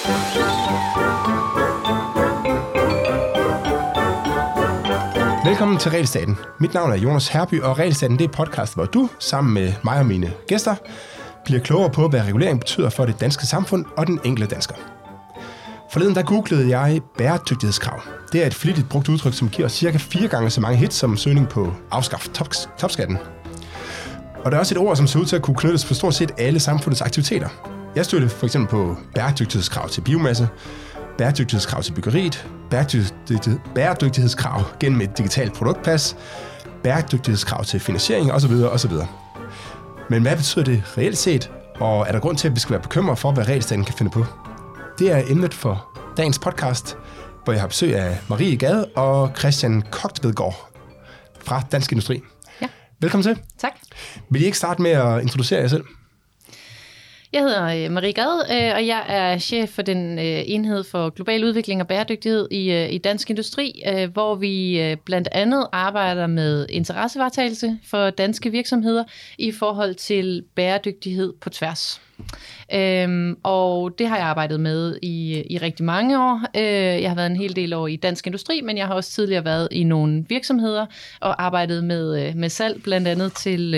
Velkommen til Regelstaten. Mit navn er Jonas Herby, og Regelstaten det er podcast, hvor du, sammen med mig og mine gæster, bliver klogere på, hvad regulering betyder for det danske samfund og den enkelte dansker. Forleden der googlede jeg bæredygtighedskrav. Det er et flittigt brugt udtryk, som giver cirka 4 gange så mange hits som søgning på afskaf topskatten. Og der er også et ord, som ser ud til at kunne knyttes på stort set alle samfundets aktiviteter. Jeg stødte for eksempel på bæredygtighedskrav til biomasse, bæredygtighedskrav til byggeriet, bæredygtighedskrav gennem et digitalt produktpas, bæredygtighedskrav til finansiering osv. osv. Men hvad betyder det reelt set, og er der grund til, at vi skal være bekymrede for, hvad Regelstaten kan finde på? Det er emnet for dagens podcast, hvor jeg har besøg af Marie Gade og Christian Kogtvedgaard fra Dansk Industri. Ja. Velkommen til. Tak. Vil I ikke starte med at introducere jer selv? Jeg hedder Marie Gade, og jeg er chef for den enhed for global udvikling og bæredygtighed i Dansk Industri, hvor vi blandt andet arbejder med interessevaretagelse for danske virksomheder i forhold til bæredygtighed på tværs. Og det har jeg arbejdet med i rigtig mange år. Jeg har været en hel del år i Dansk Industri, men jeg har også tidligere været i nogle virksomheder og arbejdet med salg, blandt andet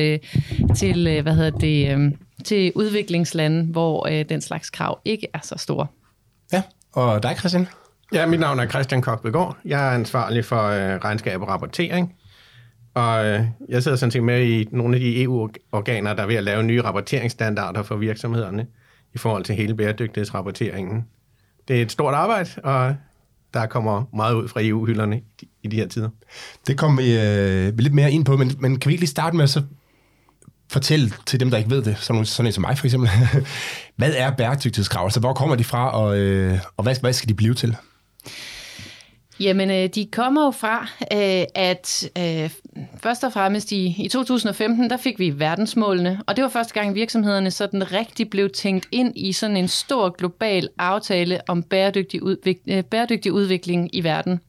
til udviklingslande, hvor den slags krav ikke er så store. Ja, og dig, Christian? Ja, mit navn er Christian Kogtvedgaard. Jeg er ansvarlig for regnskab og rapportering. Og jeg sidder sådan set med i nogle af de EU-organer, der er ved at lave nye rapporteringsstandarder for virksomhederne i forhold til hele bæredygtighedsrapporteringen. Det er et stort arbejde, og der kommer meget ud fra EU-hylderne i de her tider. Det kommer vi lidt mere ind på, men kan vi ikke lige starte med at så fortælle til dem, der ikke ved det, sådan en som mig for eksempel, hvad er bæredygtighedskrav? Altså, hvor kommer de fra, og hvad skal de blive til? Jamen, de kommer jo fra, at først og fremmest i 2015, der fik vi verdensmålene, og det var første gang virksomhederne sådan rigtig blev tænkt ind i sådan en stor global aftale om bæredygtig udvikling i verden.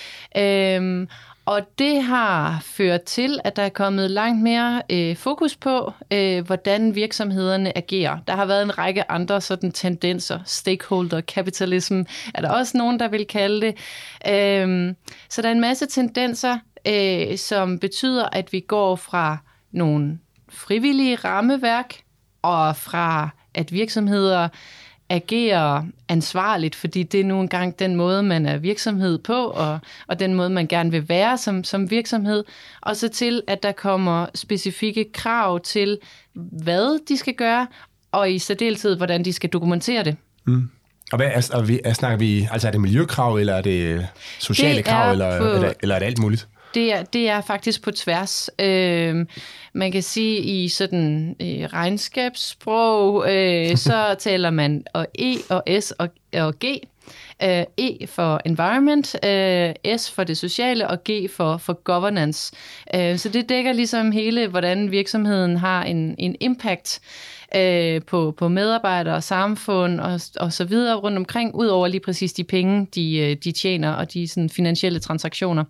Og det har ført til, at der er kommet langt mere fokus på, hvordan virksomhederne agerer. Der har været en række andre sådan tendenser. Stakeholder capitalism er der også nogen, der vil kalde det. Så der er en masse tendenser, som betyder, at vi går fra nogle frivillige rammeværk og fra, at virksomheder agerer ansvarligt, fordi det er nu engang den måde, man er virksomhed på, og den måde, man gerne vil være som virksomhed, og så til, at der kommer specifikke krav til, hvad de skal gøre, og i særdeleshed, hvordan de skal dokumentere det. Mm. Og hvad snakker vi, altså er det miljøkrav, eller er det sociale krav, eller er det alt muligt? Det er faktisk på tværs. Man kan sige, i sådan regnskabssprog, så taler man E og S og G. E for environment, S for det sociale og G for governance. Så det dækker ligesom hele, hvordan virksomheden har en impact på medarbejdere og samfund og så videre rundt omkring, ud over lige præcis de penge, de tjener og de sådan finansielle transaktioner.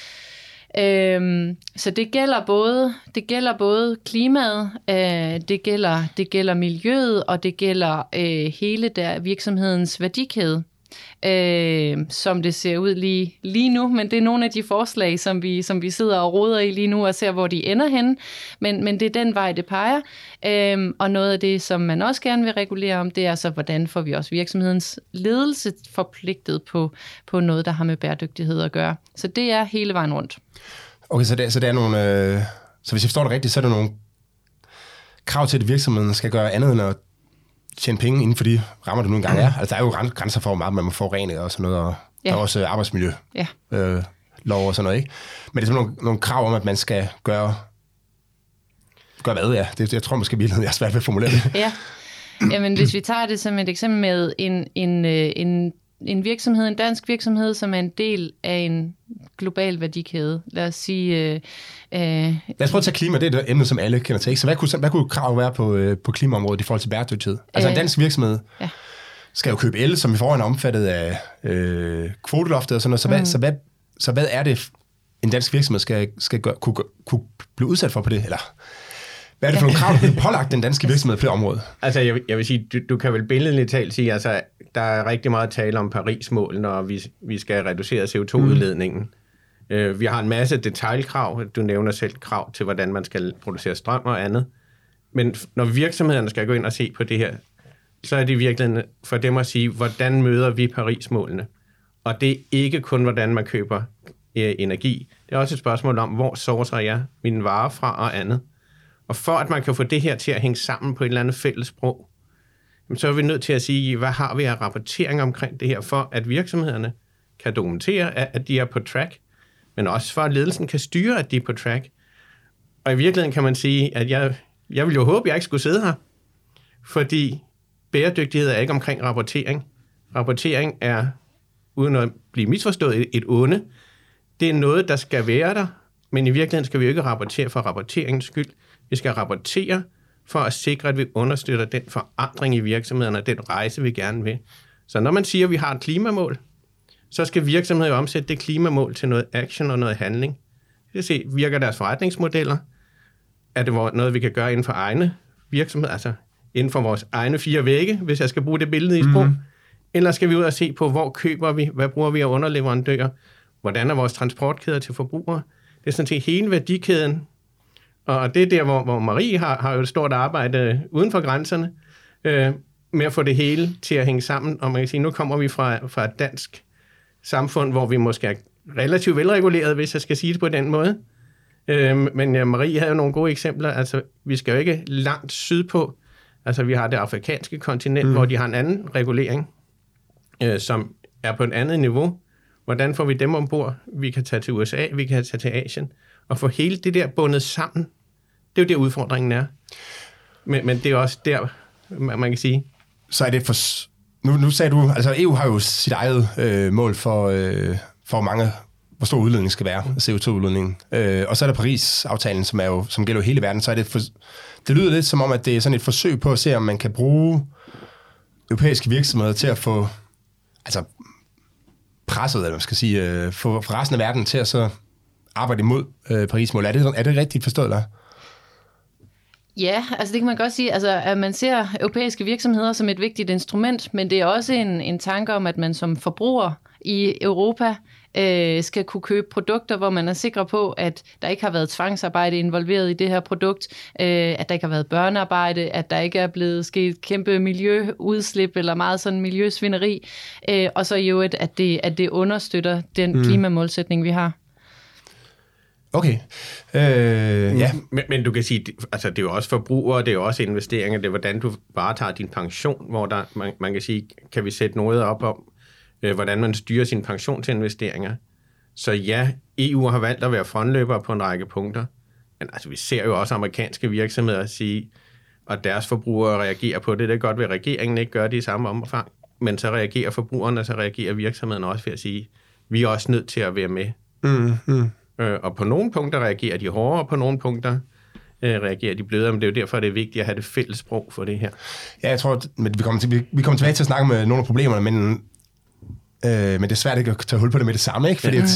Så det gælder både klimaet, det gælder miljøet, og det gælder hele der virksomhedens værdikæde, som det ser ud lige nu. Men det er nogle af de forslag, som vi sidder og roder i lige nu og ser, hvor de ender henne. Men det er den vej, det peger. Og noget af det, som man også gerne vil regulere om, det er så, hvordan får vi også virksomhedens ledelse forpligtet på noget, der har med bæredygtighed at gøre. Så det er hele vejen rundt. Okay, så det er nogle... Så hvis jeg forstår det rigtigt, så er der nogle krav til, at virksomheden skal gøre andet end at tjene penge inden for de rammer, der nu engang er. Altså, der er jo grænser for, hvor meget man må forurene og sådan noget, og der er også arbejdsmiljø, lov og sådan noget, ikke? Men det er sådan nogle krav om, at man skal gøre hvad, ja. Jeg tror måske virkelig, jeg er svært ved at formulere det. Ja, jamen hvis vi tager det som et eksempel med en virksomhed, en dansk virksomhed, som er en del af en global værdikæde. Lad os sige... Lad os prøve at tage klima, det er et emne, som alle kender til. Så hvad kunne krav være på klimaområdet i forhold til bæredygtighed? Altså en dansk virksomhed skal jo købe el, som i forvejen er omfattet af kvoteloftet og sådan noget. Så hvad er det, en dansk virksomhed skal kunne blive udsat for på det? Eller hvad er det for nogle krav, der bliver pålagt den danske virksomhed på det område? Altså jeg vil sige, du kan vel billedligt talt sige, altså der er rigtig meget tale om Paris-målene, og vi skal reducere CO2-udledningen. Vi har en masse detailkrav. Du nævner selv krav til, hvordan man skal producere strøm og andet. Men når virksomhederne skal gå ind og se på det her, så er det virkelig for dem at sige, hvordan møder vi Paris-målene? Og det er ikke kun, hvordan man køber energi. Det er også et spørgsmål om, hvor sourcer jeg mine varer fra og andet. Og for at man kan få det her til at hænge sammen på et eller andet fælles sprog, så er vi nødt til at sige, hvad har vi af rapportering omkring det her, for at virksomhederne kan dokumentere, at de er på track, men også for at ledelsen kan styre, at de er på track. Og i virkeligheden kan man sige, at jeg vil jo håbe, at jeg ikke skulle sidde her, fordi bæredygtighed er ikke omkring rapportering. Rapportering er, uden at blive misforstået, et onde. Det er noget, der skal være der, men i virkeligheden skal vi jo ikke rapportere for rapporteringens skyld. Vi skal rapportere for at sikre, at vi understøtter den forandring i virksomhederne og den rejse, vi gerne vil. Så når man siger, at vi har et klimamål, så skal virksomheder omsætte det klimamål til noget action og noget handling. Det vil se, virker deres forretningsmodeller? Er det noget, vi kan gøre inden for egne virksomheder, altså inden for vores egne 4 vægge, hvis jeg skal bruge det billede i sprog? Eller skal vi ud og se på, hvor køber vi, hvad bruger vi af underleverandører, hvordan er vores transportkæder til forbrugere? Det er sådan set hele værdikæden. Og det er der, hvor Marie har jo et stort arbejde uden for grænserne, med at få det hele til at hænge sammen. Og man kan sige, nu kommer vi fra et dansk samfund, hvor vi måske er relativt velreguleret, hvis jeg skal sige det på den måde. Men Marie havde jo nogle gode eksempler. Altså, vi skal jo ikke langt sydpå. Altså, vi har det afrikanske kontinent, hvor de har en anden regulering, som er på et andet niveau. Hvordan får vi dem ombord? Vi kan tage til USA, vi kan tage til Asien, og få hele det der bundet sammen. Det er jo der, udfordringen er. Men det er også der, man kan sige. Så er det for... Nu sagde du, altså EU har jo sit eget mål for hvor stor udledning skal være, CO2-udledningen. Og så er der Paris-aftalen, som gælder hele verden. Så er det lyder lidt som om, at det er sådan et forsøg på at se, om man kan bruge europæiske virksomheder til at få presset, eller man skal sige, få resten af verden til at så arbejde imod Paris-målet. Er det rigtigt forstået, eller? Ja, altså det kan man godt sige, altså at man ser europæiske virksomheder som et vigtigt instrument, men det er også en tanke om, at man som forbruger i Europa skal kunne købe produkter, hvor man er sikker på, at der ikke har været tvangsarbejde involveret i det her produkt, at der ikke har været børnearbejde, at der ikke er blevet sket kæmpe miljøudslip eller meget sådan miljøsvineri, og så jo at det understøtter den klimamålsætning, vi har. Okay. Ja. Men du kan sige, altså det er jo også forbrugere, det er jo også investeringer, det er hvordan du varetager din pension, hvor man kan sige, kan vi sætte noget op om, hvordan man styrer sin pension til investeringer. Så ja, EU har valgt at være frontløbere på en række punkter, men altså vi ser jo også amerikanske virksomheder sige, at deres forbrugere reagerer på det. Det er godt ved, at regeringen ikke gør det i samme omfang, men så reagerer forbrugerne, så reagerer virksomheden også ved at sige, vi er også nødt til at være med. Og på nogle punkter reagerer de hårdere, og på nogle punkter reagerer de blødere, men det er jo derfor, det er vigtigt at have det fælles sprog for det her. Ja, jeg tror, at vi kommer tilbage til at snakke med nogle af problemerne, men det er svært ikke at tage hul på det med det samme, ikke? Fordi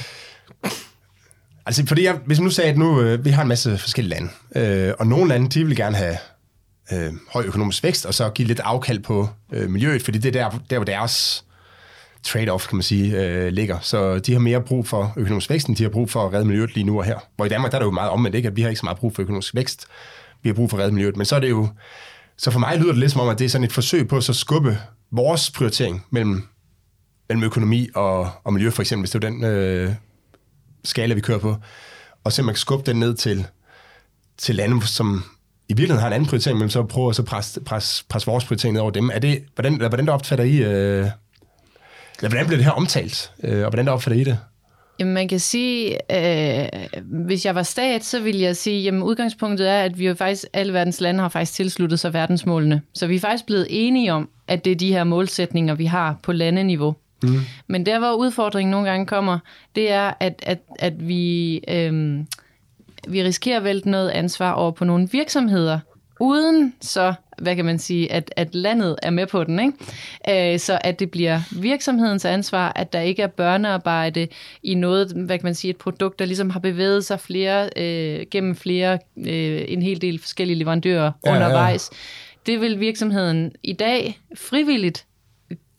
hvis man nu sagde, at vi har en masse forskellige lande, og nogle lande, de vil gerne have høj økonomisk vækst, og så give lidt afkald på miljøet, fordi det er der hvor deres trade-off, kan man sige, ligger. Så de har mere brug for økonomisk vækst, end de har brug for at redde miljøet lige nu og her. Hvor i Danmark, der er det jo meget omvendt, ikke? At vi har ikke så meget brug for økonomisk vækst, vi har brug for at redde miljøet. Men så er det jo, så for mig lyder det lidt som om, at det er sådan et forsøg på at så skubbe vores prioritering mellem økonomi og miljø, for eksempel, hvis det er den skala, vi kører på, og så man kan skubbe den ned til lande, som i virkeligheden har en anden prioritering, men så prøver at så presse vores prioritering ned over dem. Hvordan der opfatter I... Eller hvordan bliver det her omtalt, og hvordan der opfatter I det? Jamen man kan sige, hvis jeg var stat, så ville jeg sige, jamen udgangspunktet er, at vi jo faktisk, alle verdens lande har faktisk tilsluttet sig verdensmålene. Så vi er faktisk blevet enige om, at det er de her målsætninger, vi har på landeniveau. Men der, hvor udfordringen nogle gange kommer, det er, at vi risikerer at vælte noget ansvar over på nogle virksomheder, uden så, hvad kan man sige, at landet er med på den, ikke? Så at det bliver virksomhedens ansvar, at der ikke er børnearbejde i noget, hvad kan man sige, et produkt, der ligesom har bevæget sig gennem en hel del forskellige leverandører undervejs. Det vil virksomheden i dag frivilligt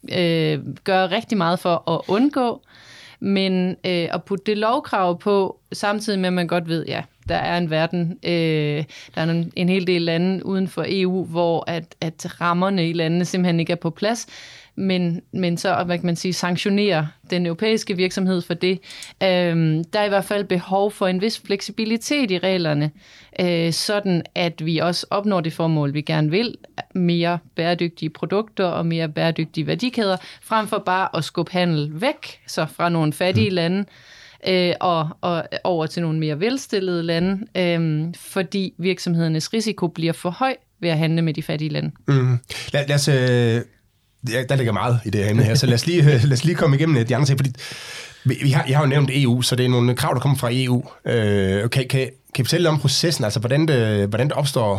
gøre rigtig meget for at undgå, men at putte det lovkrav på, samtidig med, at man godt ved, ja, der er en verden, der er en hel del lande uden for EU, hvor at rammerne i landene simpelthen ikke er på plads, men så, hvad kan man sige, sanktionere den europæiske virksomhed for det. Der er i hvert fald behov for en vis fleksibilitet i reglerne, sådan at vi også opnår det formål, vi gerne vil, mere bæredygtige produkter og mere bæredygtige værdikæder, frem for bare at skubbe handel væk, så fra nogle fattige lande, og over til nogle mere velstillede lande, fordi virksomhedernes risiko bliver for høj ved at handle med de fattige lande. Lad os... der ligger meget i det her emne her, så lad os lige komme igennem de andre ting, fordi jeg har jo nævnt EU, så det er nogle krav, der kommer fra EU. Kan I fortælle om processen, altså hvordan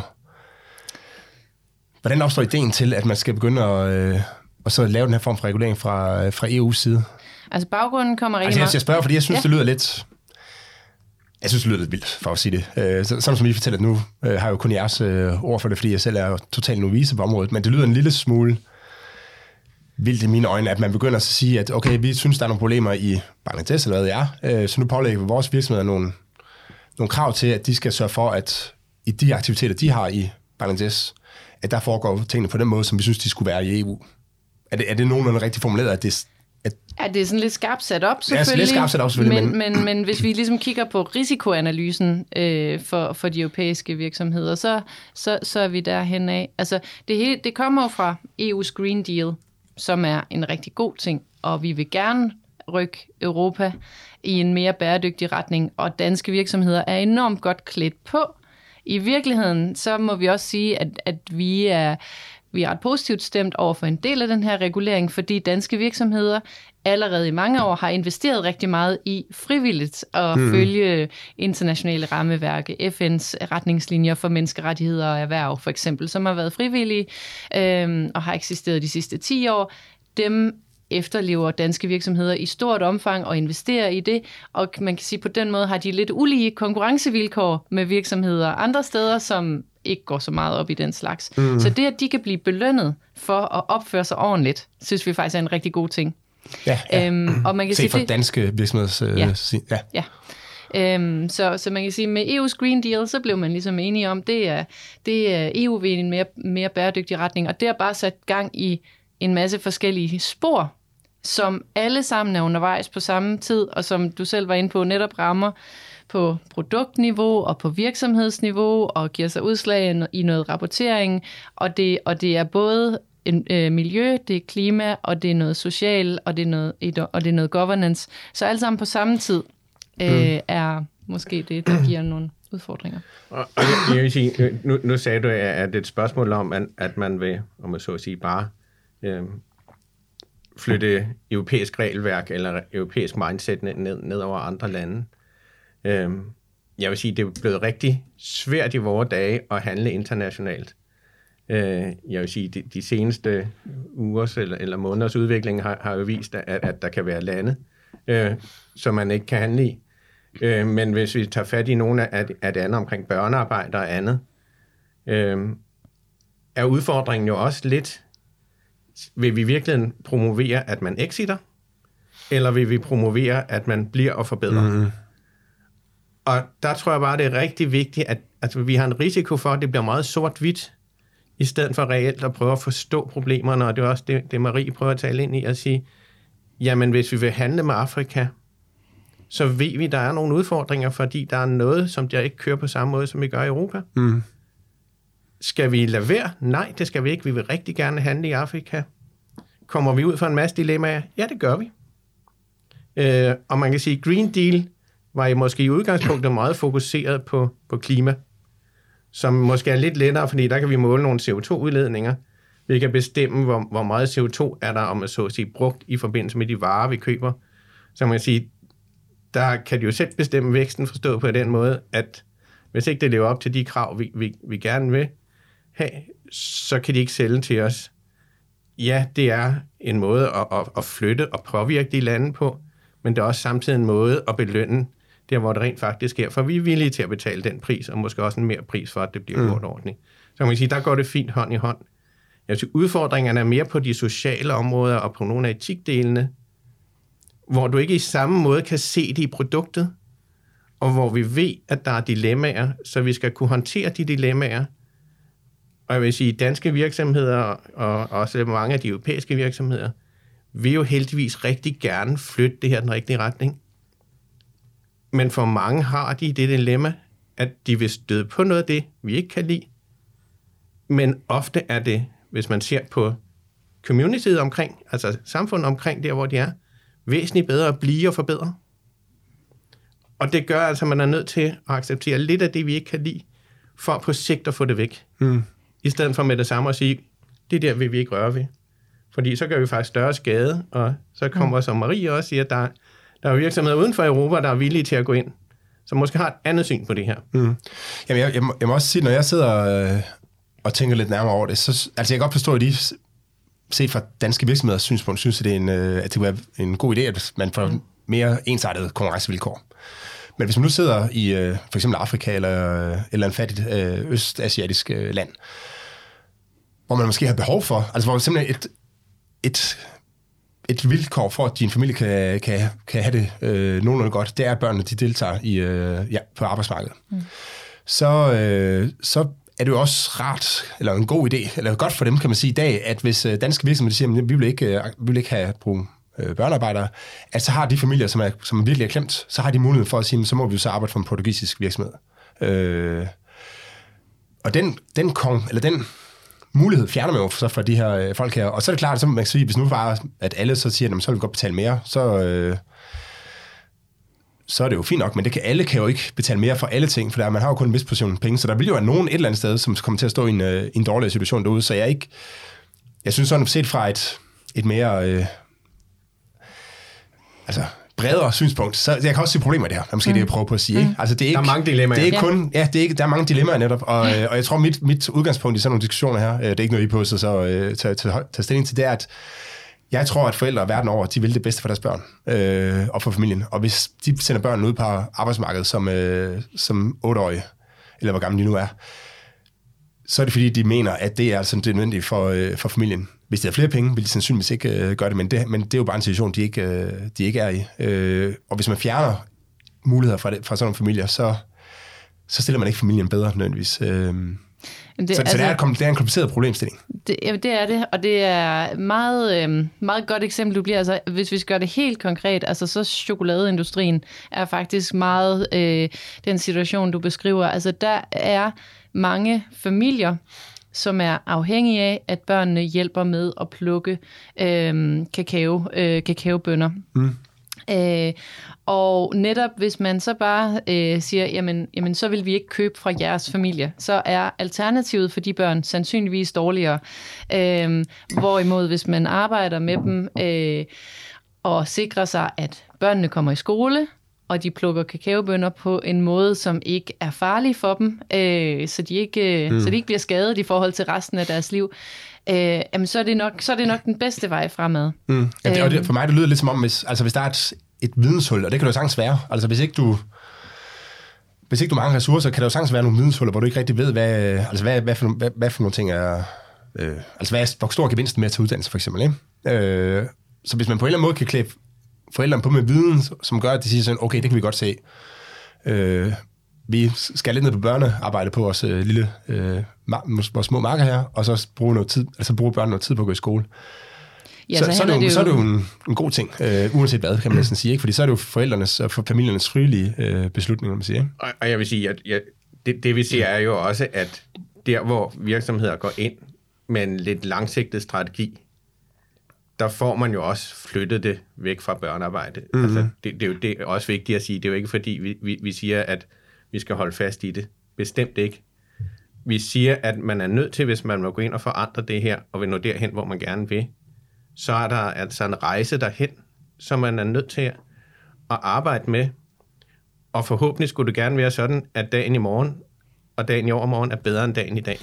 opstår ideen til, at man skal begynde at så lave den her form for regulering fra EU's side? Altså baggrunden kommer rigtig meget... Jeg spørger, fordi jeg synes, det lyder lidt... Jeg synes, det lyder lidt vildt, for at sige det. Sådan som I fortæller nu, har jeg jo kun jeres ord for det, fordi jeg selv er totalt novice på området, men det lyder en lille smule vildt i mine øjne, at man begynder at sige, at okay, vi synes, der er nogle problemer i Bangladesh, eller hvad det er, så nu pålægger vi vores virksomheder nogle krav til, at de skal sørge for, at i de aktiviteter, de har i Bangladesh, at der foregår tingene på den måde, som vi synes, de skulle være i EU. Er det nogenlunde rigtig formuleret, at det det er sådan lidt skarpt sat op, selvfølgelig. Ja, lidt skarpt sat op, selvfølgelig. Men hvis vi ligesom kigger på risikoanalysen for de europæiske virksomheder, så er vi derhen af. Altså, det kommer jo fra EU's Green Deal, som er en rigtig god ting, og vi vil gerne rykke Europa i en mere bæredygtig retning, og danske virksomheder er enormt godt klædt på. I virkeligheden, så må vi også sige, at vi er ret positivt stemt over for en del af den her regulering, fordi danske virksomheder allerede i mange år har investeret rigtig meget i frivilligt at følge internationale rammeværke, FN's retningslinjer for menneskerettigheder og erhverv for eksempel, som har været frivillige og har eksisteret de sidste 10 år. Dem efterlever danske virksomheder i stort omfang og investerer i det, og man kan sige, på den måde har de lidt ulige konkurrencevilkår med virksomheder andre steder, som ikke går så meget op i den slags. Så det, at de kan blive belønnet for at opføre sig ordentligt, synes vi faktisk er en rigtig god ting. Ja. Og man kan sige, for danske virksomheders... Ja. Så man kan sige, med EU's Green Deal, så blev man ligesom enige om, det er EU ved en mere bæredygtig retning, og det har bare sat gang i en masse forskellige spor, som alle sammen er undervejs på samme tid, og som du selv var inde på, netop rammer på produktniveau og på virksomhedsniveau, og giver sig udslag i noget rapportering, og det er både miljø, det er klima, og det er noget social, og det er noget governance. Så alt sammen på samme tid er måske det, der giver nogle udfordringer. Og jeg vil sige, nu sagde du, at det er et spørgsmål om, at man vil, om man så at sige, bare flytte europæisk regelværk eller europæisk mindset ned over andre lande. Jeg vil sige, det er blevet rigtig svært i vore dage at handle internationalt. Jeg vil sige, de seneste ugers eller måneders udvikling har jo vist, at der kan være lande, som man ikke kan handle i. Men hvis vi tager fat i nogle af det andet omkring børnearbejde og andet, er udfordringen jo også lidt, vil vi virkelig promovere, at man exiter, eller vil vi promovere, at man bliver og forbedrer? Og der tror jeg bare, det er rigtig vigtigt, at vi har en risiko for, at det bliver meget sort-hvidt, i stedet for reelt at prøve at forstå problemerne, og det er også det Marie prøver at tale ind i, at sige, jamen hvis vi vil handle med Afrika, så ved vi, der er nogle udfordringer, fordi der er noget, som der ikke kører på samme måde, som vi gør i Europa. Skal vi lade være? Nej, det skal vi ikke. Vi vil rigtig gerne handle i Afrika. Kommer vi ud for en masse dilemmaer? Ja, det gør vi. Og man kan sige, at Green Deal var I måske i udgangspunktet meget fokuseret på klima, som måske er lidt lettere, fordi der kan vi måle nogle CO2-udledninger. Vi kan bestemme, hvor meget CO2 er der, om man så at sige, brugt i forbindelse med de varer, vi køber. Så man kan sige, der kan de jo selv bestemme væksten, forstået på den måde, at hvis ikke det lever op til de krav, vi gerne vil have, så kan de ikke sælge til os. Ja, det er en måde at flytte og påvirke de lande på, men det er også samtidig en måde at belønne der, hvor det rent faktisk sker, for vi er villige til at betale den pris, og måske også en mere pris for, at det bliver gjort ordentligt. Så man kan sige, der går det fint hånd i hånd. Jeg synes, udfordringerne er mere på de sociale områder og på nogle af etikdelene, hvor du ikke i samme måde kan se det i produktet, og hvor vi ved, at der er dilemmaer, så vi skal kunne håndtere de dilemmaer. Og jeg vil sige, danske virksomheder og også mange af de europæiske virksomheder vil jo heldigvis rigtig gerne flytte det her i den rigtige retning. Men for mange har de det dilemma, at de vil støde på noget af det, vi ikke kan lide. Men ofte er det, hvis man ser på communityet omkring, altså samfundet omkring der, hvor de er, væsentligt bedre at blive og forbedre. Og det gør altså, at man er nødt til at acceptere lidt af det, vi ikke kan lide, for på sigt at få det væk. I stedet for med det samme at sige, det der vil vi ikke røre ved. Fordi så gør vi faktisk større skade, og så kommer som Marie også siger, at der er virksomheder uden for Europa, der er villige til at gå ind, som måske har et andet syn på det her. Jamen, jeg må også sige, når jeg sidder og tænker lidt nærmere over det, så altså jeg kan godt forstå, at de set fra danske virksomheders synspunkt, synes, at det kunne være en god idé, at man får mere ensartede konkurrencevilkår. Men hvis man nu sidder i for eksempel Afrika eller en fattigt østasiatisk land, hvor man måske har behov for, altså hvor simpelthen et vilkår for, at din familie kan have det nogenlunde godt, det er, at børnene de deltager på arbejdsmarkedet. Så er det jo også rart, eller en god idé, eller godt for dem, kan man sige i dag, at hvis danske virksomheder siger, at vi vil ikke have brug børnearbejdere, at så har de familier, som virkelig er klemt, så har de mulighed for at sige, så må vi jo så arbejde for en portugisisk virksomhed. Og den mulighed fjerner man jo så fra de her folk her. Og så er det klart, at man kan sige, hvis nu bare, at alle så siger, at så vil vi godt betale mere, så er det jo fint nok, men alle kan jo ikke betale mere for alle ting, for man har jo kun en vis portion penge, så der vil jo være nogen et eller andet sted, som kommer til at stå i en dårlig situation derude, så jeg synes sådan, set fra et mere bredere synspunkt, så jeg kan også se problemer i det her, måske det jeg prøver på at sige. Ikke? Altså, det er ikke, der er mange dilemmaer. Det er kun, der er mange dilemmaer netop, og jeg tror, mit udgangspunkt i sådan nogle diskussioner her, det er ikke noget, I på, så tage stilling til, det er, at jeg tror, at forældre verden over, de vil det bedste for deres børn og for familien. Og hvis de sender børnene ud på arbejdsmarkedet som 8-årige, eller hvor gamle de nu er, så er det fordi, de mener, at det er altså det nødvendigt for familien. Hvis de har flere penge, vil de sandsynligvis ikke gøre det, men det er jo bare en situation, de ikke er i. Og hvis man fjerner muligheder fra sådan nogle familier, så stiller man ikke familien bedre nødvendigvis. Så det er en kompliceret problemstilling. Det er det, og det er meget, meget godt eksempel, du bliver. Altså, hvis vi skal gøre det helt konkret, altså så chokoladeindustrien er faktisk meget den situation, du beskriver. Altså der er mange familier, som er afhængige af, at børnene hjælper med at plukke kakaobønner. Og netop hvis man så bare siger, jamen så vil vi ikke købe fra jeres familie, så er alternativet for de børn sandsynligvis dårligere. Hvorimod hvis man arbejder med dem og sikrer sig, at børnene kommer i skole, og de plukker kakaobønner på en måde, som ikke er farlig for dem, så de ikke bliver skadet i forhold til resten af deres liv, så er det nok den bedste vej fremad. Ja, for mig det lyder lidt som om, hvis der er et videnshul, og det kan det jo sagtens være. Altså hvis ikke du mangler ressourcer, kan der jo sagtens være nogle videnshuller, hvor du ikke rigtig ved, hvad for nogle ting er... hvor stor gevinsten med at tage uddannelse, for eksempel. Ikke? Så hvis man på en eller anden måde kan klæde forældrene på med viden, som gør, at de siger sådan, okay, det kan vi godt se. Vi skal lidt ned på børnearbejde på vores vores små marker her, og så bruge børnene noget tid på at gå i skole. Ja, så er det jo en god ting, uanset hvad, kan man næsten sige. Ikke? Fordi så er det jo forældrenes og familiernes frivillige beslutninger, man siger. Og jeg vil sige, at det vi siger er jo også, at der hvor virksomheder går ind med en lidt langsigtet strategi, der får man jo også flyttet det væk fra børnearbejde. Altså, det er også vigtigt at sige, det er jo ikke fordi, vi siger, at vi skal holde fast i det. Bestemt ikke. Vi siger, at man er nødt til, hvis man må gå ind og forandre det her, og vil nå derhen, hvor man gerne vil, så er der altså en rejse derhen, som man er nødt til at arbejde med. Og forhåbentlig skulle det gerne være sådan, at dagen i morgen og dagen i overmorgen er bedre end dagen i dag.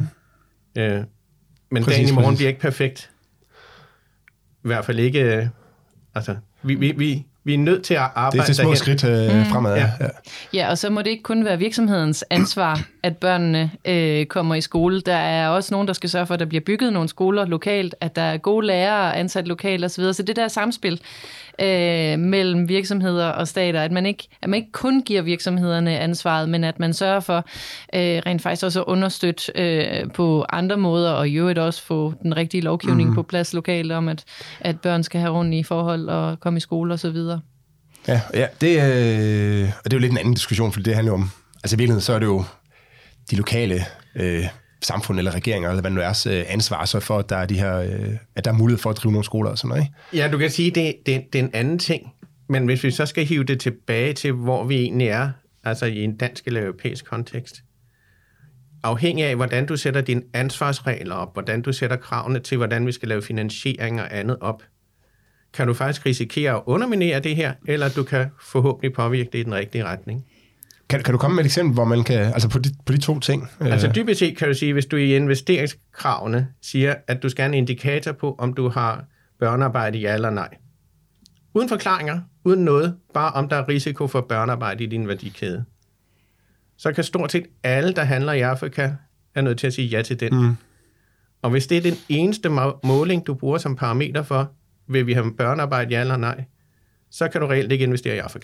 Men dagen i morgen bliver ikke perfekt. I hvert fald ikke... vi Vi er nødt til at arbejde det er til små skridt fremad. Ja. Ja, og så må det ikke kun være virksomhedens ansvar, at børnene kommer i skole. Der er også nogen, der skal sørge for, at der bliver bygget nogle skoler lokalt, at der er gode lærere ansat lokalt osv. Så det der samspil mellem virksomheder og stater, at man ikke kun giver virksomhederne ansvaret, men at man sørger for rent faktisk også at understøtte på andre måder, og i øvrigt også få den rigtige lovgivning på plads lokalt om, at børn skal have ordentlige forhold og komme i skole osv. Ja, det er jo lidt en anden diskussion, for det handler om, altså i virkeligheden så er det jo de lokale samfund eller regeringer, eller hvad nu er, ansvar så for, at der er de her, at der er mulighed for at drive nogle skoler og sådan noget, ikke? Ja, du kan sige, det er en anden ting, men hvis vi så skal hive det tilbage til, hvor vi egentlig er, altså i en dansk eller europæisk kontekst, afhængig af, hvordan du sætter dine ansvarsregler op, hvordan du sætter kravene til, hvordan vi skal lave finansiering og andet op, kan du faktisk risikere at underminere det her, eller du kan forhåbentlig påvirke det i den rigtige retning. Kan du komme med et eksempel, hvor man kan, altså på de to ting? Altså dybest set kan du sige, hvis du i investeringskravene siger, at du skal have en indikator på, om du har børnearbejde, ja eller nej. Uden forklaringer, uden noget, bare om der er risiko for børnearbejde i din værdikæde. Så kan stort set alle, der handler i Afrika, er nødt til at sige ja til den. Og hvis det er den eneste måling, du bruger som parameter for, vil vi have børnearbejde, ja eller nej, så kan du reelt ikke investere i Afrika.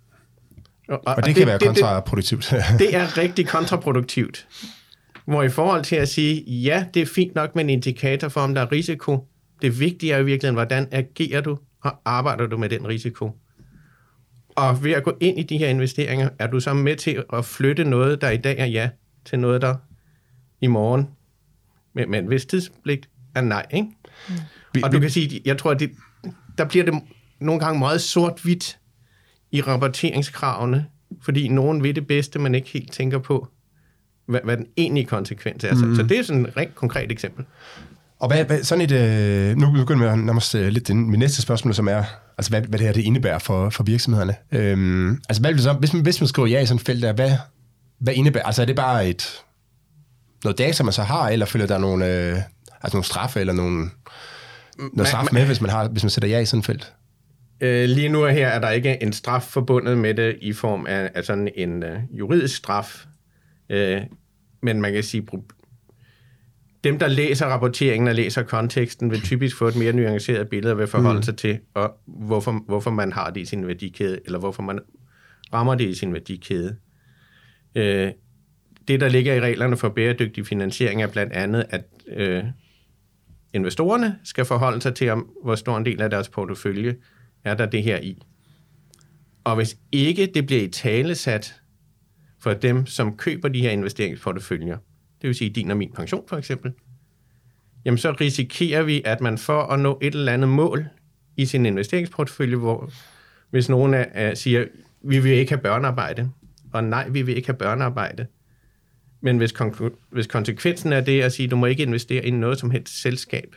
Og det kan være kontraproduktivt. Det er rigtig kontraproduktivt. Hvor i forhold til at sige, ja, det er fint nok med en indikator for, om der er risiko. Det vigtige er i virkeligheden, hvordan agerer du, og arbejder du med den risiko. Og ved at gå ind i de her investeringer, er du så med til at flytte noget, der i dag er ja, til noget, der i morgen med en vis tidsblik er nej, ikke? Og du kan sige, jeg tror, at der bliver det nogle gange meget sort-hvidt i rapporteringskravene, fordi nogen ved det bedste, man ikke helt tænker på, hvad den egentlige konsekvens er. Så det er sådan et rent konkret eksempel. Og hvad sådan et, nu begynder vi nærmest lidt mit næste spørgsmål, som er, altså hvad det her det indebærer for virksomhederne. Altså hvad vil det så, hvis man skriver ja i sådan et felt der, hvad indebærer, altså er det bare noget data, man så har, eller følger der nogle straffe, eller noget straf med, hvis man sætter ja i sådan et felt? Lige nu her er der ikke en straf forbundet med det i form af sådan en juridisk straf, men man kan sige, dem, der læser rapporteringen og læser konteksten, vil typisk få et mere nuanceret billede og vil forholde sig til, og hvorfor man har det i sin værdikæde, eller hvorfor man rammer det i sin værdikæde. Det, der ligger i reglerne for bæredygtig finansiering, er blandt andet, at investorerne skal forholde sig til, hvor stor en del af deres portefølje er der det her i. Og hvis ikke det bliver italesat for dem, som køber de her investeringsporteføljer, det vil sige din og min pension for eksempel, jamen så risikerer vi, at man for at nå et eller andet mål i sin investeringsportefølje, hvor hvis nogen siger, vi vil ikke have børnearbejde, og nej, vi vil ikke have børnearbejde, men hvis konsekvensen er det at sige, du må ikke investere i noget som helst selskab,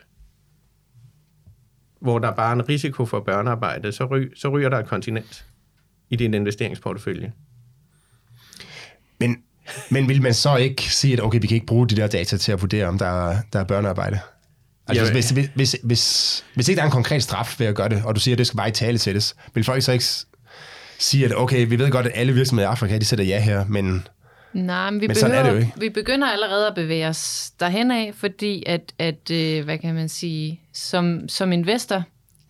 hvor der bare er en risiko for børnearbejde, så ryger der et kontinent i din investeringsportefølje. Men vil man så ikke sige, at okay, vi kan ikke bruge de der data til at vurdere, om der er børnearbejde? Altså, hvis ikke der er en konkret straf ved at gøre det, og du siger, at det skal bare i tale sættes, vil folk så ikke sige, at okay, vi ved godt, at alle virksomheder i Afrika, de sætter ja her, men... Nej, men vi begynder allerede at bevæge os derhen af, fordi at hvad kan man sige, som investor,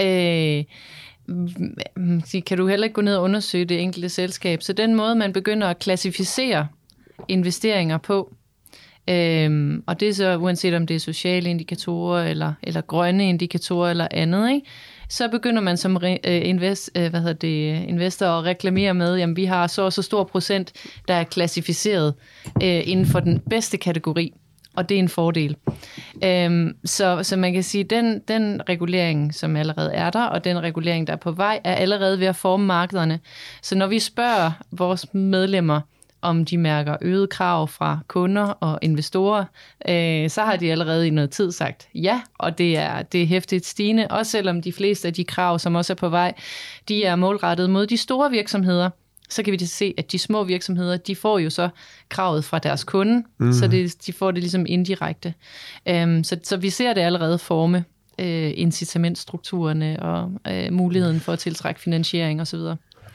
kan du heller ikke gå ned og undersøge det enkelte selskab. Så den måde, man begynder at klassificere investeringer på, og det er så uanset om det er sociale indikatorer, eller grønne indikatorer, eller andet, ikke? Så begynder man som investor at reklamere med, jamen vi har så stor procent, der er klassificeret inden for den bedste kategori, og det er en fordel. Så man kan sige, den regulering, som allerede er der, og den regulering, der er på vej, er allerede ved at forme markederne. Så når vi spørger vores medlemmer, om de mærker øget krav fra kunder og investorer, så har de allerede i noget tid sagt ja, og det er hæftigt stigende, også selvom de fleste af de krav, som også er på vej, de er målrettet mod de store virksomheder. Så kan vi se, at de små virksomheder, de får jo så kravet fra deres kunde, så de får det ligesom indirekte. Så vi ser det allerede forme incitamentstrukturerne og muligheden for at tiltrække finansiering osv. Og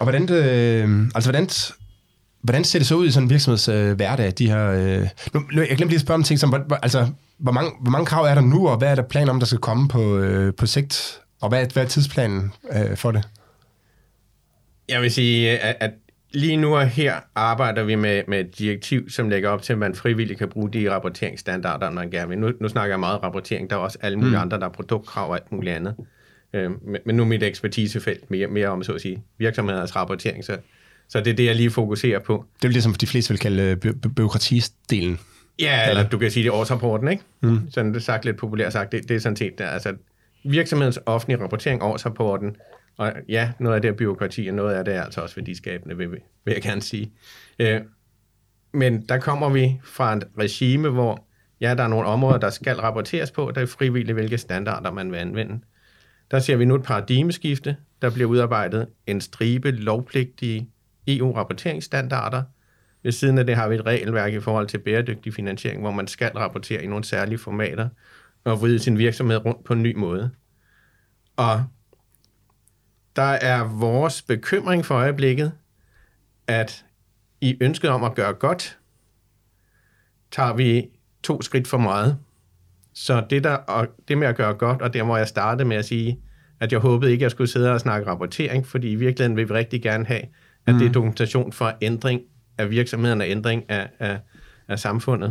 hvordan ser det så ud i sådan en virksomheds hverdag? De her, jeg glemte lige at spørge om ting som, hvor mange krav er der nu, og hvad er der planer om, der skal komme på sigt? Og hvad er tidsplanen for det? Jeg vil sige, at lige nu og her arbejder vi med et direktiv, som lægger op til, at man frivilligt kan bruge de rapporteringsstandarder, man gerne vil. Nu snakker jeg meget rapportering. Der er også alle mulige andre, der er produktkrav og alt muligt andet. Men nu er mit ekspertisefelt mere om, så at sige, virksomheders rapportering. Så det er det, jeg lige fokuserer på. Det er jo det, som de fleste vil kalde bureaukratisdelen. Ja, eller du kan sige det årsrapporten, ikke? Sådan det er sagt lidt populært sagt. Det er sådan set, altså virksomhedens offentlige rapportering, årsrapporten, og ja, noget af det er byråkrati, og noget af det er altså også værdiskabende, vil jeg gerne sige. Men der kommer vi fra et regime, hvor der er nogle områder, der skal rapporteres på, der er frivilligt, hvilke standarder man vil anvende. Der ser vi nu et paradigmeskifte, der bliver udarbejdet en stribe lovpligtige EU-rapporteringsstandarder. Ved siden af det har vi et regelværk i forhold til bæredygtig finansiering, hvor man skal rapportere i nogle særlige formater og vride sin virksomhed rundt på en ny måde. Og der er vores bekymring for øjeblikket, at i ønsket om at gøre godt, tager vi 2 skridt for meget. Så det med at gøre godt, og der må jeg starte med at sige, at jeg håbede ikke, at jeg skulle sidde og snakke rapportering, fordi i virkeligheden vil vi rigtig gerne have, at det er dokumentation for ændring af virksomheden og ændring af samfundet.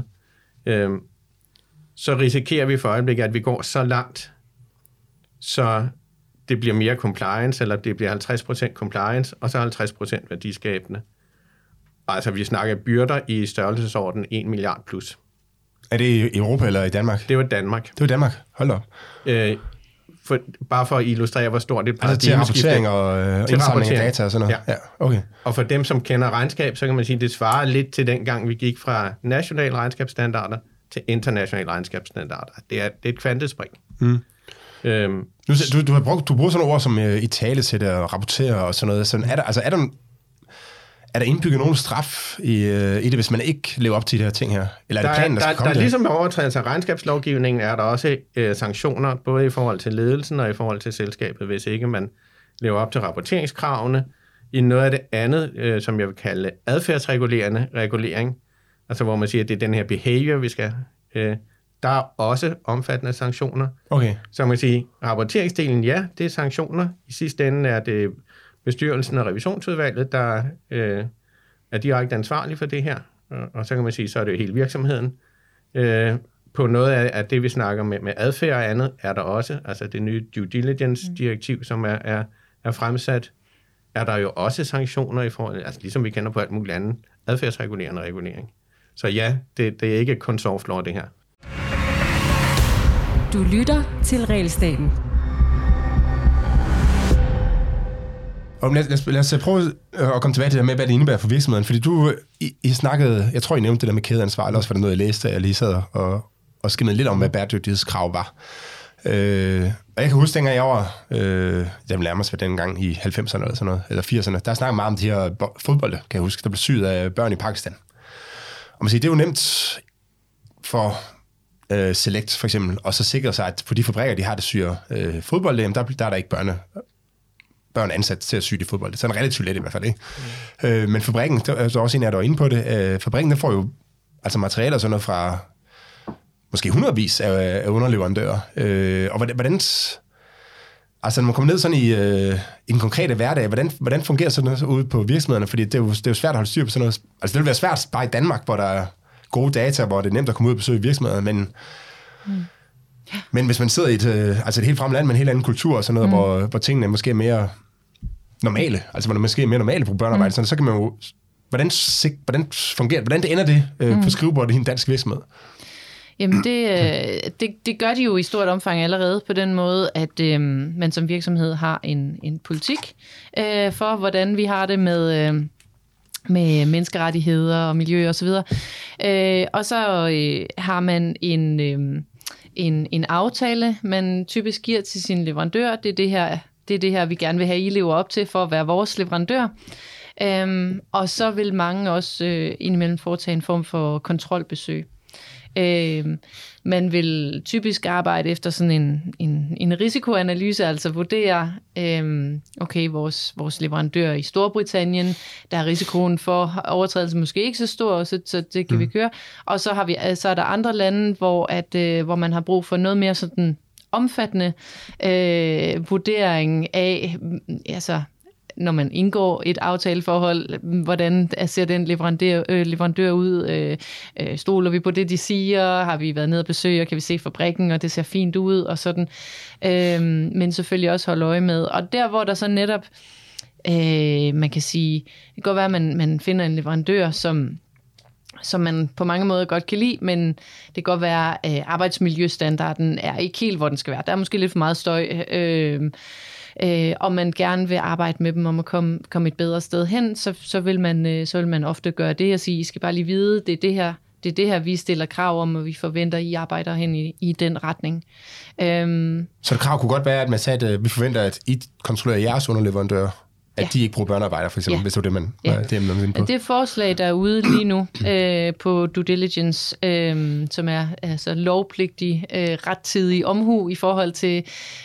Så risikerer vi for øjeblikket, at vi går så langt, så det bliver mere compliance, eller det bliver 50% compliance, og så 50% værdiskabende. Altså, vi snakker byrder i størrelsesorden 1 milliard plus. Er det i Europa eller i Danmark? Det var Danmark. Det var Danmark. Hold op. Bare for at illustrere, hvor stort det paradigmeskifte. Altså til rapportering og indsamling af data og sådan noget? Ja. Okay. Og for dem, som kender regnskab, så kan man sige, at det svarer lidt til den gang, vi gik fra nationale regnskabsstandarder til internationale regnskabsstandarder. Det er et kvantespring. Du bruger sådan nogle ord som i talesætte og rapportere og sådan noget. Sådan, er der indbygget nogen straf i det, hvis man ikke lever op til de her ting her? Eller er det planen, der skal komme der ligesom med overtrædelse af regnskabslovgivningen, er der også sanktioner, både i forhold til ledelsen og i forhold til selskabet, hvis ikke man lever op til rapporteringskravene. I noget af det andet, som jeg vil kalde adfærdsregulerende regulering, altså hvor man siger, at det er den her behavior, vi skal... Der er også omfattende sanktioner. Okay. Så man kan sige, rapporteringsdelen, ja, det er sanktioner. I sidste ende er det bestyrelsen og revisionsudvalget, der er direkte ansvarlig for det her. Og så kan man sige, så er det jo hele virksomheden. På noget af det, vi snakker med adfærd og andet, er der også, altså det nye due diligence-direktiv, som er fremsat, er der jo også sanktioner i forhold, altså ligesom vi kender på alt muligt andet, adfærdsregulerende regulering. Så ja, det er ikke kun soft law, det her. Du lytter til Regelstaten. Og lad os prøve at komme tilbage til det med, hvad det indebærer for virksomheden. Fordi I snakkede, jeg tror, I nævnte det der med kædeansvar, eller også var det noget, jeg læste, jeg lige sad og skimmede lidt om, hvad bæredygtighedskrav var. Og jeg kan huske, dengang jeg var, det nærmest var dengang i 90'erne eller sådan noget, eller 80'erne, der snakkede meget om de her fodbolde, kan jeg huske, der blev syet af børn i Pakistan. Og man siger, det er jo nemt for Select for eksempel, og så sikre sig, at på de fabrikker, de har, der syr fodbold, der er der ikke børn ansat til at sy det fodbold. Det er sådan relativt let i hvert fald, ikke? Men fabrikken, der er også en af jer, der er inde på det, fabrikken, der får jo altså materialer og sådan noget fra måske hundredvis af underleverandører. Og hvordan altså når man kommer ned sådan i den konkrete hverdag, hvordan fungerer sådan noget ude på virksomhederne? Fordi det er jo svært at holde styr på sådan noget. Altså det vil være svært bare i Danmark, hvor der er gode data, hvor det er nemt at komme ud og besøge virksomheder, men hvis man sidder i et helt fremmed land med en helt anden kultur og sådan noget, hvor tingene måske er mere normale, altså hvor der måske er mere normale på børnearbejde, så kan man jo, hvordan fungerer det? Hvordan ender det på skrivebordet i en dansk virksomhed? Jamen det gør de jo i stort omfang allerede på den måde, at man som virksomhed har en politik for, hvordan vi har det med menneskerettigheder og miljø og så videre. Og så har man en aftale, man typisk giver til sin leverandør. Det er det her, vi gerne vil have, I lever op til for at være vores leverandør. Og så vil mange også indimellem foretage en form for kontrolbesøg. Man vil typisk arbejde efter sådan en risikoanalyse, altså vurdere, okay, vores leverandør i Storbritannien, der er risikoen for overtrædelse måske ikke så stor, så det kan vi køre. Og så er der andre lande, hvor man har brug for noget mere sådan omfattende vurdering af, altså når man indgår et aftaleforhold, hvordan ser den leverandør ud? Stoler vi på det, de siger? Har vi været nede og besøge, kan vi se fabrikken, og det ser fint ud? Og sådan. Men selvfølgelig også holde øje med. Og der, hvor der så netop, man kan sige, det kan godt være, at man finder en leverandør, som man på mange måder godt kan lide, men det kan godt være, at arbejdsmiljøstandarden er ikke helt, hvor den skal være. Der er måske lidt for meget støj, og man gerne vil arbejde med dem om at komme et bedre sted hen, så vil man ofte gøre det og sige, I skal bare lige vide, det er det her, vi stiller krav om, og vi forventer, I arbejder hen i den retning. Så det krav kunne godt være, at man sagde, at vi forventer, at I kontrollerer jeres underleverandører, at de ikke bruger børnearbejder, for eksempel, hvis det var det, man var på. Det forslag, der er ude lige nu på due diligence, som er altså lovpligtig rettidig omhu i forhold til,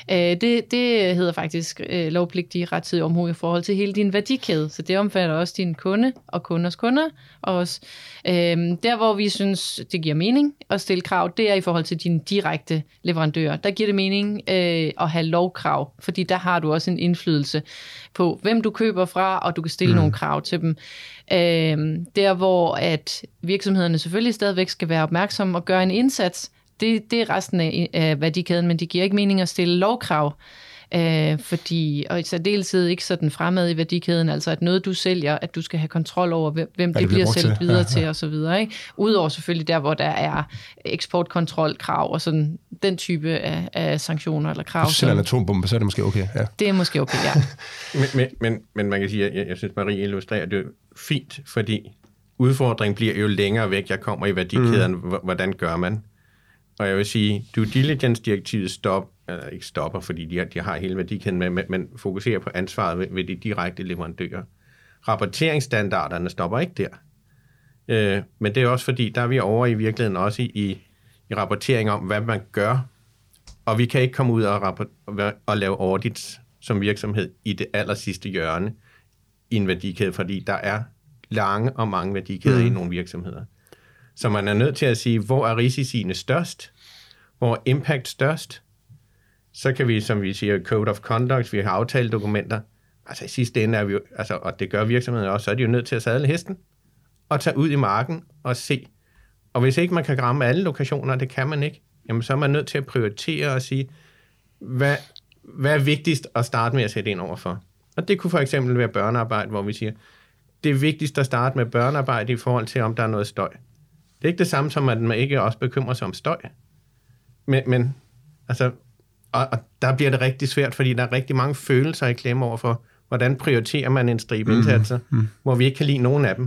det hedder faktisk lovpligtig rettidig omhu i forhold til hele din værdikæde. Så det omfatter også din kunde og kunders kunder. Og også, der, hvor vi synes, det giver mening at stille krav, det er i forhold til dine direkte leverandører. Der giver det mening at have lovkrav, fordi der har du også en indflydelse på, hvem du køber fra, og du kan stille nogle krav til dem. Der, hvor at virksomhederne selvfølgelig stadigvæk skal være opmærksomme og gøre en indsats, det er resten af værdikæden, men det giver ikke mening at stille lovkrav, fordi, og i særdeleshed ikke sådan fremad i værdikæden, altså at noget du sælger, at du skal have kontrol over, hvem det bliver sælgt videre til og så videre. Ikke? Udover selvfølgelig der, hvor der er eksportkontrolkrav og sådan den type af sanktioner eller krav. Hvis du sælger en atombombe, så er det måske okay. Ja. Det er måske okay, ja. men man kan sige, at jeg synes, Marie illustrerer det fint, fordi udfordringen bliver jo længere væk, jeg kommer i værdikæden, hvordan gør man? Og jeg vil sige, due diligence-direktivet ikke stopper, fordi de har hele værdikæden med, men fokuserer på ansvaret ved de direkte leverandører. Rapporteringsstandarderne stopper ikke der. Men det er også fordi, der er vi over i virkeligheden også i rapportering om, hvad man gør, og vi kan ikke komme ud og lave audits som virksomhed i det aller sidste hjørne i en værdikæde, fordi der er lange og mange værdikæder i nogle virksomheder. Så man er nødt til at sige, hvor er risiciene størst? Hvor er impact størst? Så kan vi, som vi siger, code of conduct, vi har aftaledokumenter. Altså i sidste ende er vi jo, og det gør virksomheden også, så er de jo nødt til at sadle hesten og tage ud i marken og se. Og hvis ikke man kan ramme alle lokationer, det kan man ikke, jamen så er man nødt til at prioritere og sige, hvad er vigtigst at starte med at sætte ind overfor? Og det kunne for eksempel være børnearbejde, hvor vi siger, det er vigtigst at starte med børnearbejde i forhold til, om der er noget støj. Det er ikke det samme som, at man ikke også bekymrer sig om støj. Men altså, og der bliver det rigtig svært, fordi der er rigtig mange følelser i klemme over for, hvordan prioriterer man en stribe indsatser, hvor vi ikke kan lide nogen af dem.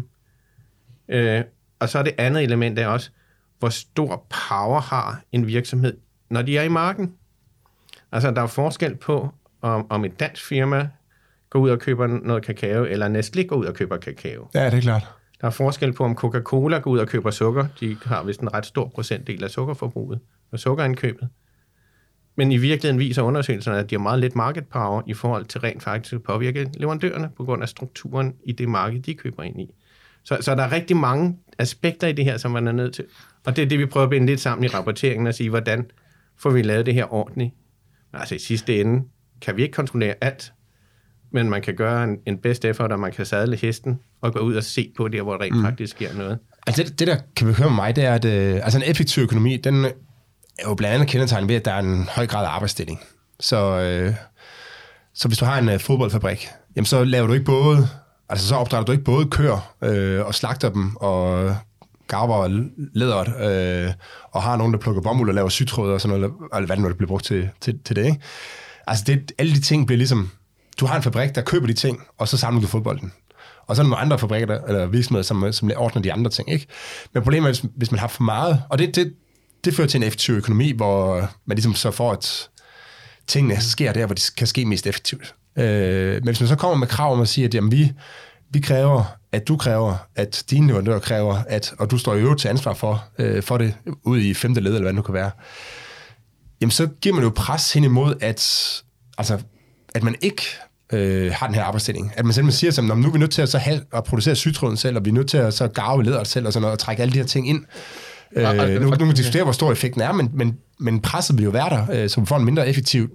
Og så er det andet element er også, hvor stor power har en virksomhed, når de er i marken. Altså, der er forskel på, om et dansk firma går ud og køber noget kakao, eller Nestlé går ud og køber kakao. Ja, det er klart. Der er forskel på, om Coca-Cola går ud og køber sukker. De har vist en ret stor procentdel af sukkerforbruget og sukkerindkøbet. Men i virkeligheden viser undersøgelserne, at de har meget lidt market power i forhold til rent faktisk at påvirke leverandørerne på grund af strukturen i det marked, de køber ind i. Så der er rigtig mange aspekter i det her, som man er nødt til. Og det er det, vi prøver at binde lidt sammen i rapporteringen og sige, hvordan får vi lavet det her ordentligt. Altså i sidste ende kan vi ikke kontrollere alt, men man kan gøre en best effort, og man kan sadle hesten og gå ud og se på det, hvor rent faktisk sker noget. Altså det der kan bekymre mig, det er, at altså en effektiv økonomi, den er jo blandt andet kendetegnet ved, at der er en høj grad af arbejdsdeling. Så hvis du har en fodboldfabrik, jamen så laver du ikke både, altså så opdrætter du ikke både køer og slagter dem og garver læderet og har nogen, der plukker bomuld og laver sytråd og sådan noget, eller hvad det nu bliver brugt til det, ikke? Altså alle de ting bliver ligesom, du har en fabrik, der køber de ting, og så samler du fodbolden. Og så er der nogle andre fabrikker eller virksomheder, som ordner de andre ting, ikke? Men problemet er, hvis man har for meget, og det fører til en effektiv økonomi, hvor man ligesom så får, at tingene sker der, hvor det kan ske mest effektivt. Men hvis man så kommer med krav om at sige, at jamen, vi kræver, at du kræver, at dine leverandører kræver, og du står jo til ansvar for det ude i 5. led, eller hvad det nu kan være, jamen så giver man jo pres hen imod, at man ikke har den her arbejdsdeling. At man simpelthen siger, at nu er vi nødt til at producere sytråden selv, og vi er nødt til at så garve læderet selv, og sådan noget, og trække alle de her ting ind. Nu kan vi diskutere, hvor stor effekten er, men presset vil jo være der, så vi får en mindre effektiv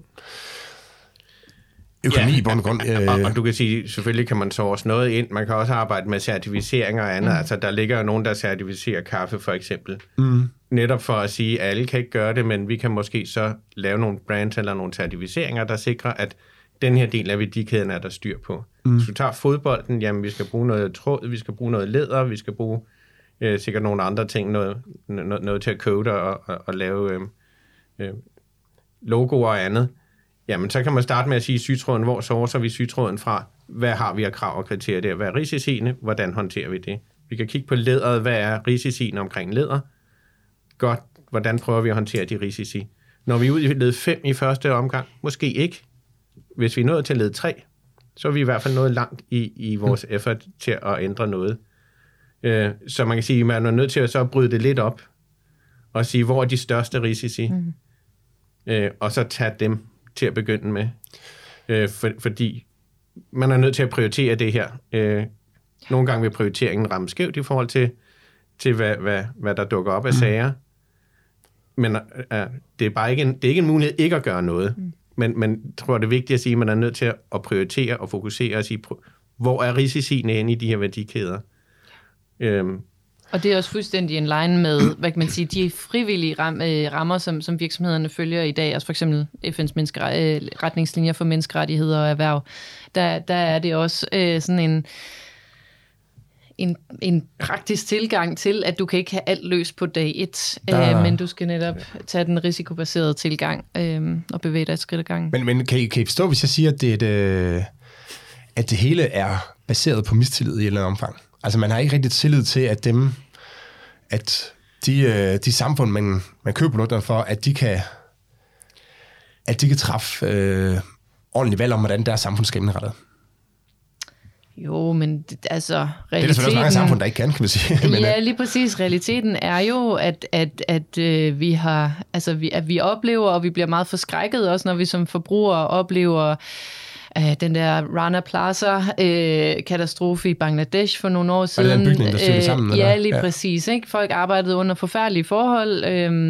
økonomi i bund og grund. Og du kan sige, selvfølgelig kan man så også noget ind. Man kan også arbejde med certificeringer og andet. Altså, der ligger nogen, der certificerer kaffe, for eksempel. Netop for at sige, at alle kan ikke gøre det, men vi kan måske så lave nogle brands eller nogle certificeringer, der sikrer, at den her del af værdikæden er der styr på. Hvis du tager fodbolden, jamen vi skal bruge noget tråd, vi skal bruge noget læder, vi skal bruge sikkert nogle andre ting, noget til at code og lave logoer og andet. Jamen, så kan man starte med at sige sytråden. Hvor sourcer vi sytråden fra? Hvad har vi af krav og kriterier der? Hvad er risiciene? Hvordan håndterer vi det? Vi kan kigge på læderet. Hvad er risiciene omkring læder? Godt. Hvordan prøver vi at håndtere de risici? Når vi er ude i led 5 i første omgang, måske ikke. Hvis vi er nået til led 3, så er vi i hvert fald nået langt i vores effort til at ændre noget. Så man kan sige, at man er nødt til at så bryde det lidt op og sige, hvor er de største risici? Og så tage dem til at begynde med. Fordi man er nødt til at prioritere det her. Nogle gange vil prioriteringen ramme skævt i forhold til hvad der dukker op af sager. Men det er bare ikke en mulighed ikke at gøre noget. Men jeg tror, det er vigtigt at sige, at man er nødt til at prioritere og fokusere og sige, hvor er risiciene inde i de her værdikæder? Og det er også fuldstændig in line med, hvad kan man sige, de frivillige rammer, som virksomhederne følger i dag, altså for eksempel FN's retningslinjer for menneskerettigheder og erhverv. Der er det også sådan en praktisk tilgang til, at du kan ikke have alt løs på dag 1, men du skal netop tage den risikobaserede tilgang og bevæge dig et skridt ad gangen. Men kan I forstå, hvis jeg siger, at det hele er baseret på mistillid i et eller andet omfang? Altså, man har ikke rigtig tillid til, at de samfund, man køber produkterne for, at de kan træffe ordentligt valg om, hvordan deres samfund skal indrette. Jo, men altså realiteten... Det er der selvfølgelig også mange samfund, der ikke kan man sige. Ja, lige præcis. Realiteten er jo, at vi oplever, og vi bliver meget forskrækket også, når vi som forbrugere oplever den der Rana Plaza-katastrofe i Bangladesh for nogle år siden. Og den bygning, der styrte sammen? Ja, lige præcis. Ikke? Folk arbejdede under forfærdelige forhold,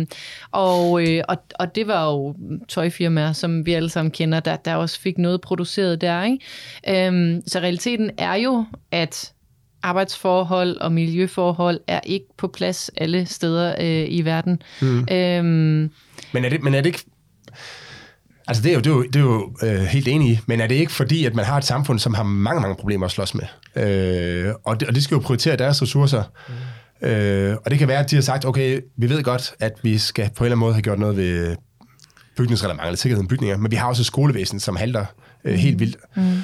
og det var jo tøjfirmaer, som vi alle sammen kender, der også fik noget produceret der. Ikke? Så realiteten er jo, at arbejdsforhold og miljøforhold er ikke på plads alle steder i verden. Men er det ikke... Altså, det er jo helt enig i, men er det ikke fordi, at man har et samfund, som har mange, mange problemer at slås med? Og det skal jo prioritere deres ressourcer. Og det kan være, at de har sagt, okay, vi ved godt, at vi skal på en eller anden måde have gjort noget ved bygningsreglementer eller sikkerheden i bygninger, men vi har også et skolevæsen, som halter helt vildt.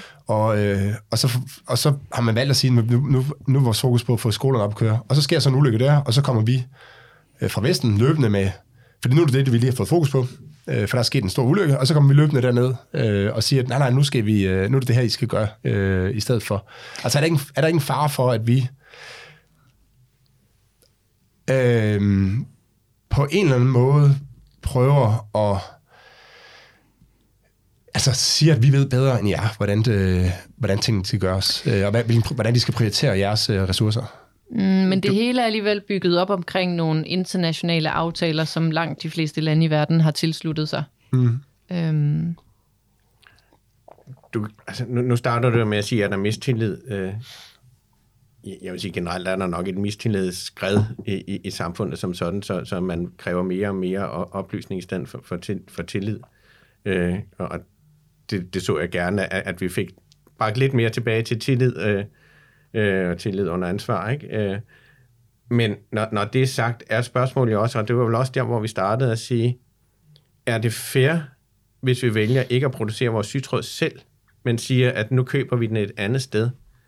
Og så har man valgt at sige, nu er vores fokus på at få skolerne op at køre. Og så sker så en ulykke der, og så kommer vi fra Vesten løbende med, fordi nu er det, vi lige har fået fokus på, for der er sket en stor ulykke, og så kommer vi løbende derned og siger, at nej, nu er det her, I skal gøre i stedet for. Altså er der ikke en fare for, at vi på en eller anden måde prøver at siger, at vi ved bedre end jer, hvordan tingene skal gøres, og hvordan de skal prioritere jeres ressourcer? Men det hele er alligevel bygget op omkring nogle internationale aftaler, som langt de fleste lande i verden har tilsluttet sig. Nu starter du med at sige, at der er mistillid. Jeg vil sige generelt, er der nok et mistillidsskred i samfundet som sådan, så man kræver mere og mere oplysning i stedet for tillid. Og det så jeg gerne, at vi fik bragt lidt mere tilbage til tillid, og tillid under ansvar, ikke? Men når det er sagt, er spørgsmålet jo også, og det var vel også der, hvor vi startede at sige, er det fair, hvis vi vælger ikke at producere vores sytråd selv, men siger, at nu køber vi den et andet sted?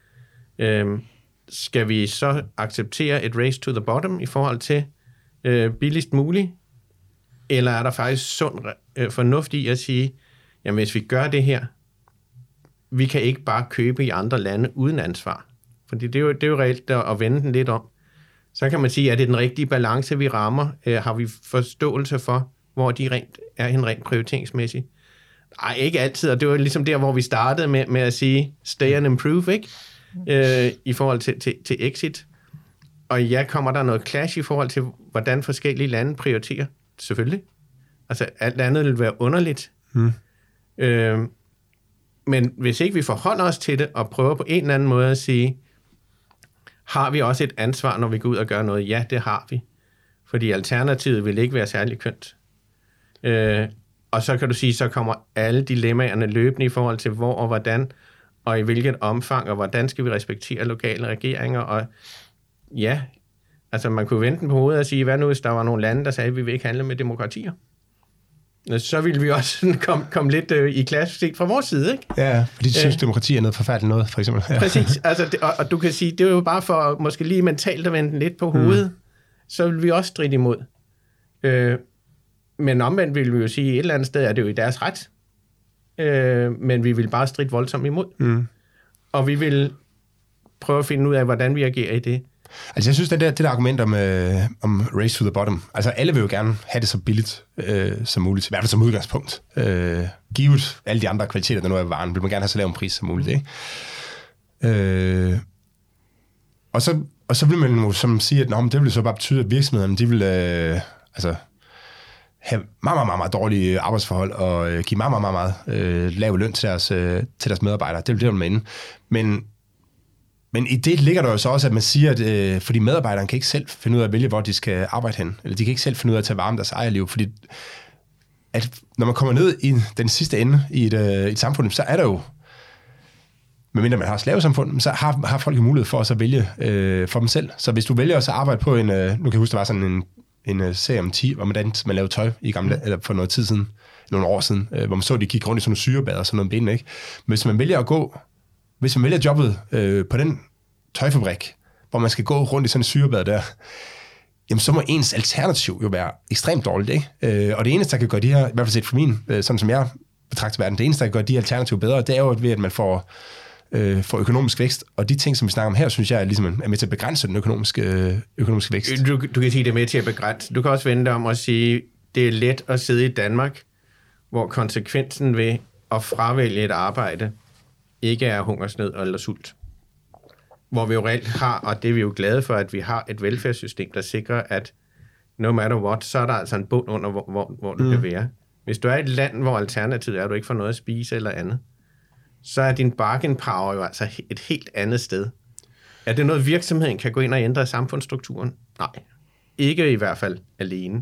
Skal vi så acceptere et race to the bottom i forhold til billigst muligt? Eller er der faktisk sund fornuft i at sige, jamen hvis vi gør det her, vi kan ikke bare købe i andre lande uden ansvar. Fordi det er jo reelt at vende den lidt om. Så kan man sige, at det er den rigtige balance, vi rammer. Har vi forståelse for, hvor de rent prioriteringsmæssigt? Nej, ikke altid, og det var ligesom der, hvor vi startede med at sige, stay and improve, ikke? I forhold til exit. Og ja, kommer der noget clash i forhold til, hvordan forskellige lande prioriterer? Selvfølgelig. Altså, alt andet vil være underligt. Men hvis ikke vi forholder os til det, og prøver på en eller anden måde at sige, har vi også et ansvar, når vi går ud og gør noget? Ja, det har vi. Fordi alternativet vil ikke være særlig kønt. Og så kan du sige, så kommer alle dilemmaerne løbende i forhold til hvor og hvordan, og i hvilket omfang, og hvordan skal vi respektere lokale regeringer. Og ja, altså man kunne vente på hovedet og sige, hvad nu hvis der var nogle lande, der sagde, at vi vil ikke handle med demokratier? Så ville vi også komme lidt i klasse set fra vores side, ikke? Ja, fordi de synes, demokrati er noget forfærdeligt noget, for eksempel. Ja. Præcis, altså, og du kan sige, det er jo bare for måske lige mentalt at vende den lidt på hovedet, så vil vi også stride imod. Men omvendt vil vi jo sige, et eller andet sted er det jo i deres ret, men vi vil bare stride voldsomt imod. Og vi vil prøve at finde ud af, hvordan vi agerer i det. Altså jeg synes, det der argument om race to the bottom, altså alle vil jo gerne have det så billigt som muligt, i hvert fald som udgangspunkt. Givet alle de andre kvaliteter, der nu er i varen, vil man gerne have så lav en pris som muligt, ikke? Og så vil man jo som sige, at det vil så bare betyde, at virksomhederne, de vil have meget dårlige arbejdsforhold og give meget lav løn til deres medarbejdere. Det vil man mene. Men i det ligger der jo så også, at man siger, at fordi medarbejderne kan ikke selv finde ud af at vælge, hvor de skal arbejde hen. Eller de kan ikke selv finde ud af at tage vare om deres eget liv. Fordi at når man kommer ned i den sidste ende i et samfund, så er der jo, medmindre man har slavesamfund, så har folk jo mulighed for at så vælge for dem selv. Så hvis du vælger at arbejde på nu kan jeg huske, der var sådan en serie om 10, hvor man lavede tøj i gamle, eller for noget tid siden, nogle år siden, hvor man så, de gik rundt i sådan nogle syrebad og sådan noget ben, ikke? Men hvis man vælger jobbet på den tøjfabrik, hvor man skal gå rundt i sådan en syrebad der, jamen så må ens alternativ jo være ekstremt dårligt, ikke? Og det eneste, der kan gøre de her, i hvert fald set for min, sådan som jeg betragter verden, det eneste, der kan gøre de alternativer bedre, det er jo ved, at man får økonomisk vækst. Og de ting, som vi snakker om her, synes jeg ligesom er med til at begrænse den økonomiske vækst. Du kan sige, det er med til at begrænse. Du kan også vende om at sige, det er let at sidde i Danmark, hvor konsekvensen ved at fravælge et arbejde ikke er hungersnød eller sult. Hvor vi jo reelt har, og det er vi jo glade for, at vi har et velfærdssystem, der sikrer, at no matter what, så er der altså en bund under, hvor du kan være. Hvis du er i et land, hvor alternativet er, at du ikke får noget at spise eller andet, så er din bargain power jo altså et helt andet sted. Er det noget, virksomheden kan gå ind og ændre samfundsstrukturen? Nej. Ikke i hvert fald alene.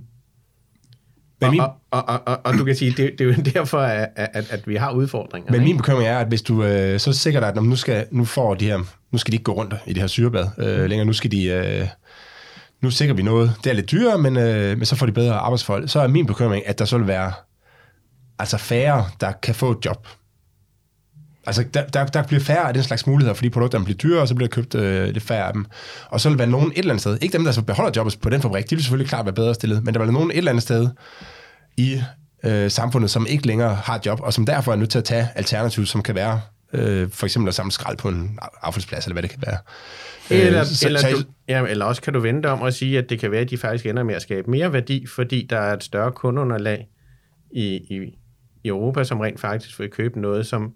Og du kan sige, det er jo derfor, at vi har udfordringer. Men min bekymring er, at hvis du så sikkert, at nu skal de ikke gå rundt i det her syrebad længere, nu sikrer vi noget. Det er lidt dyrere, men så får de bedre arbejdsforhold. Så er min bekymring, at der så vil være altså færre, der kan få et job. Altså, der bliver færre af den slags muligheder, fordi produkterne bliver dyrere, og så bliver der købt lidt færre af dem. Og så vil der være nogen et eller andet sted, ikke dem, der så beholder jobbet på den fabrik, de vil selvfølgelig klart være bedre stillet, men der vil være nogen et eller andet sted i samfundet, som ikke længere har et job, og som derfor er nødt til at tage alternativet, som kan være for eksempel at samle skrald på en affaldsplads, eller hvad det kan være. Eller også kan du vente om at sige, at det kan være, at de faktisk ender med at skabe mere værdi, fordi der er et større kundeunderlag i Europa, som rent faktisk vil købe noget, som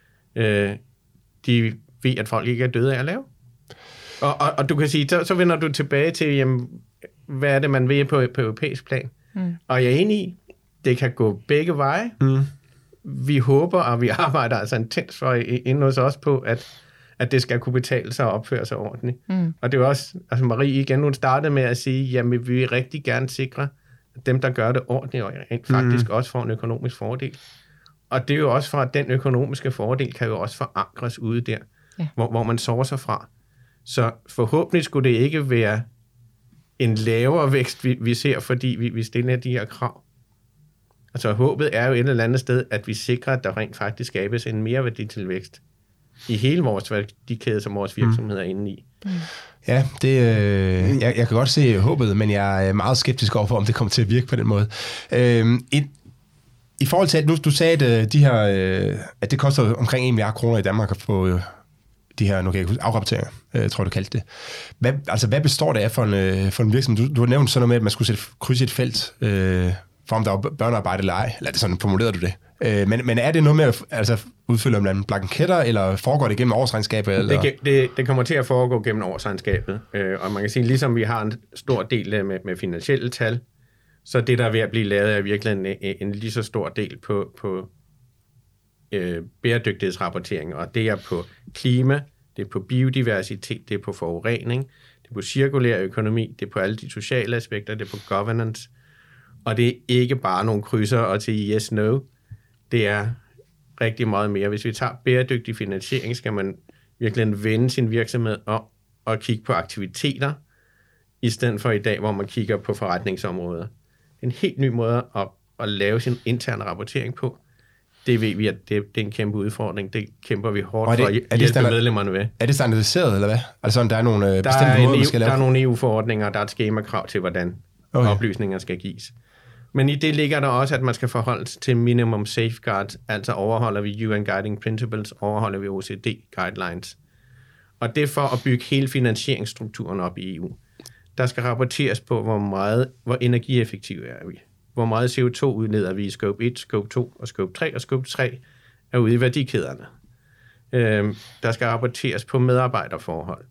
de ved, at folk ikke er døde af at lave. Og du kan sige, så vender du tilbage til, jamen, hvad er det, man ved på europæisk plan? Og jeg er enig i, det kan gå begge veje. Vi håber, og vi arbejder altså intens for inden hos os på, at det skal kunne betale sig og opføre sig ordentligt. Og det er også, altså Marie igen, hun startede med at sige, jamen vi vil rigtig gerne sikre, at dem, der gør det ordentligt, og faktisk også får en økonomisk fordel. Og det er jo også for, at den økonomiske fordel kan jo også forankres ude der, hvor man sourcer fra. Så forhåbentlig skulle det ikke være en lavere vækst, vi ser, fordi vi stiller de her krav. Altså håbet er jo et eller andet sted, at vi sikrer, at der rent faktisk skabes en mere værditilvækst i hele vores værdikæde, som vores virksomheder er inde i. Ja, jeg kan godt se håbet, men jeg er meget skeptisk overfor, om det kommer til at virke på den måde. I forhold til, at du sagde, at at det koster omkring 1 milliard kroner i Danmark at få de her, nu kan jeg ikke huske, afrapporteringer, tror jeg, du kaldte det. Hvad består det af for en virksomhed? Du har nævnt sådan noget med, at man skulle sætte kryds i et felt, for om der var børnearbejde eller ej, eller det sådan formulerede du det. Men er det noget med at udfylde blandt blanketter, eller foregår det gennem årsregnskabet? Eller? Det kommer til at foregå gennem årsregnskabet, og man kan sige, ligesom vi har en stor del med finansielle tal, så det, der er ved at blive lavet, er virkelig en lige så stor del på bæredygtighedsrapportering, og det er på klima, det er på biodiversitet, det er på forurening, det er på cirkulær økonomi, det er på alle de sociale aspekter, det er på governance, og det er ikke bare nogle krydser og til yes, no, det er rigtig meget mere. Hvis vi tager bæredygtig finansiering, skal man virkelig vende sin virksomhed om og kigge på aktiviteter, i stedet for i dag, hvor man kigger på forretningsområder. Det er en helt ny måde at lave sin interne rapportering på. Det ved vi, at det er en kæmpe udfordring. Det kæmper vi hårdt for at hjælpe medlemmerne ved. Er det standardiseret, eller hvad? Altså, der er nogle bestemte måder, man skal lave? Der er nogle EU-forordninger, der er et skemakrav til, hvordan oplysninger skal gives. Men i det ligger der også, at man skal forholde sig til minimum safeguards, altså overholder vi UN Guiding Principles, overholder vi OECD Guidelines. Og det er for at bygge hele finansieringsstrukturen op i EU. Der skal rapporteres på, hvor energieffektive er vi. Hvor meget CO2 udleder vi i scope 1, scope 2 og scope 3, og scope 3 er ude i værdikæderne. Der skal rapporteres på medarbejderforhold.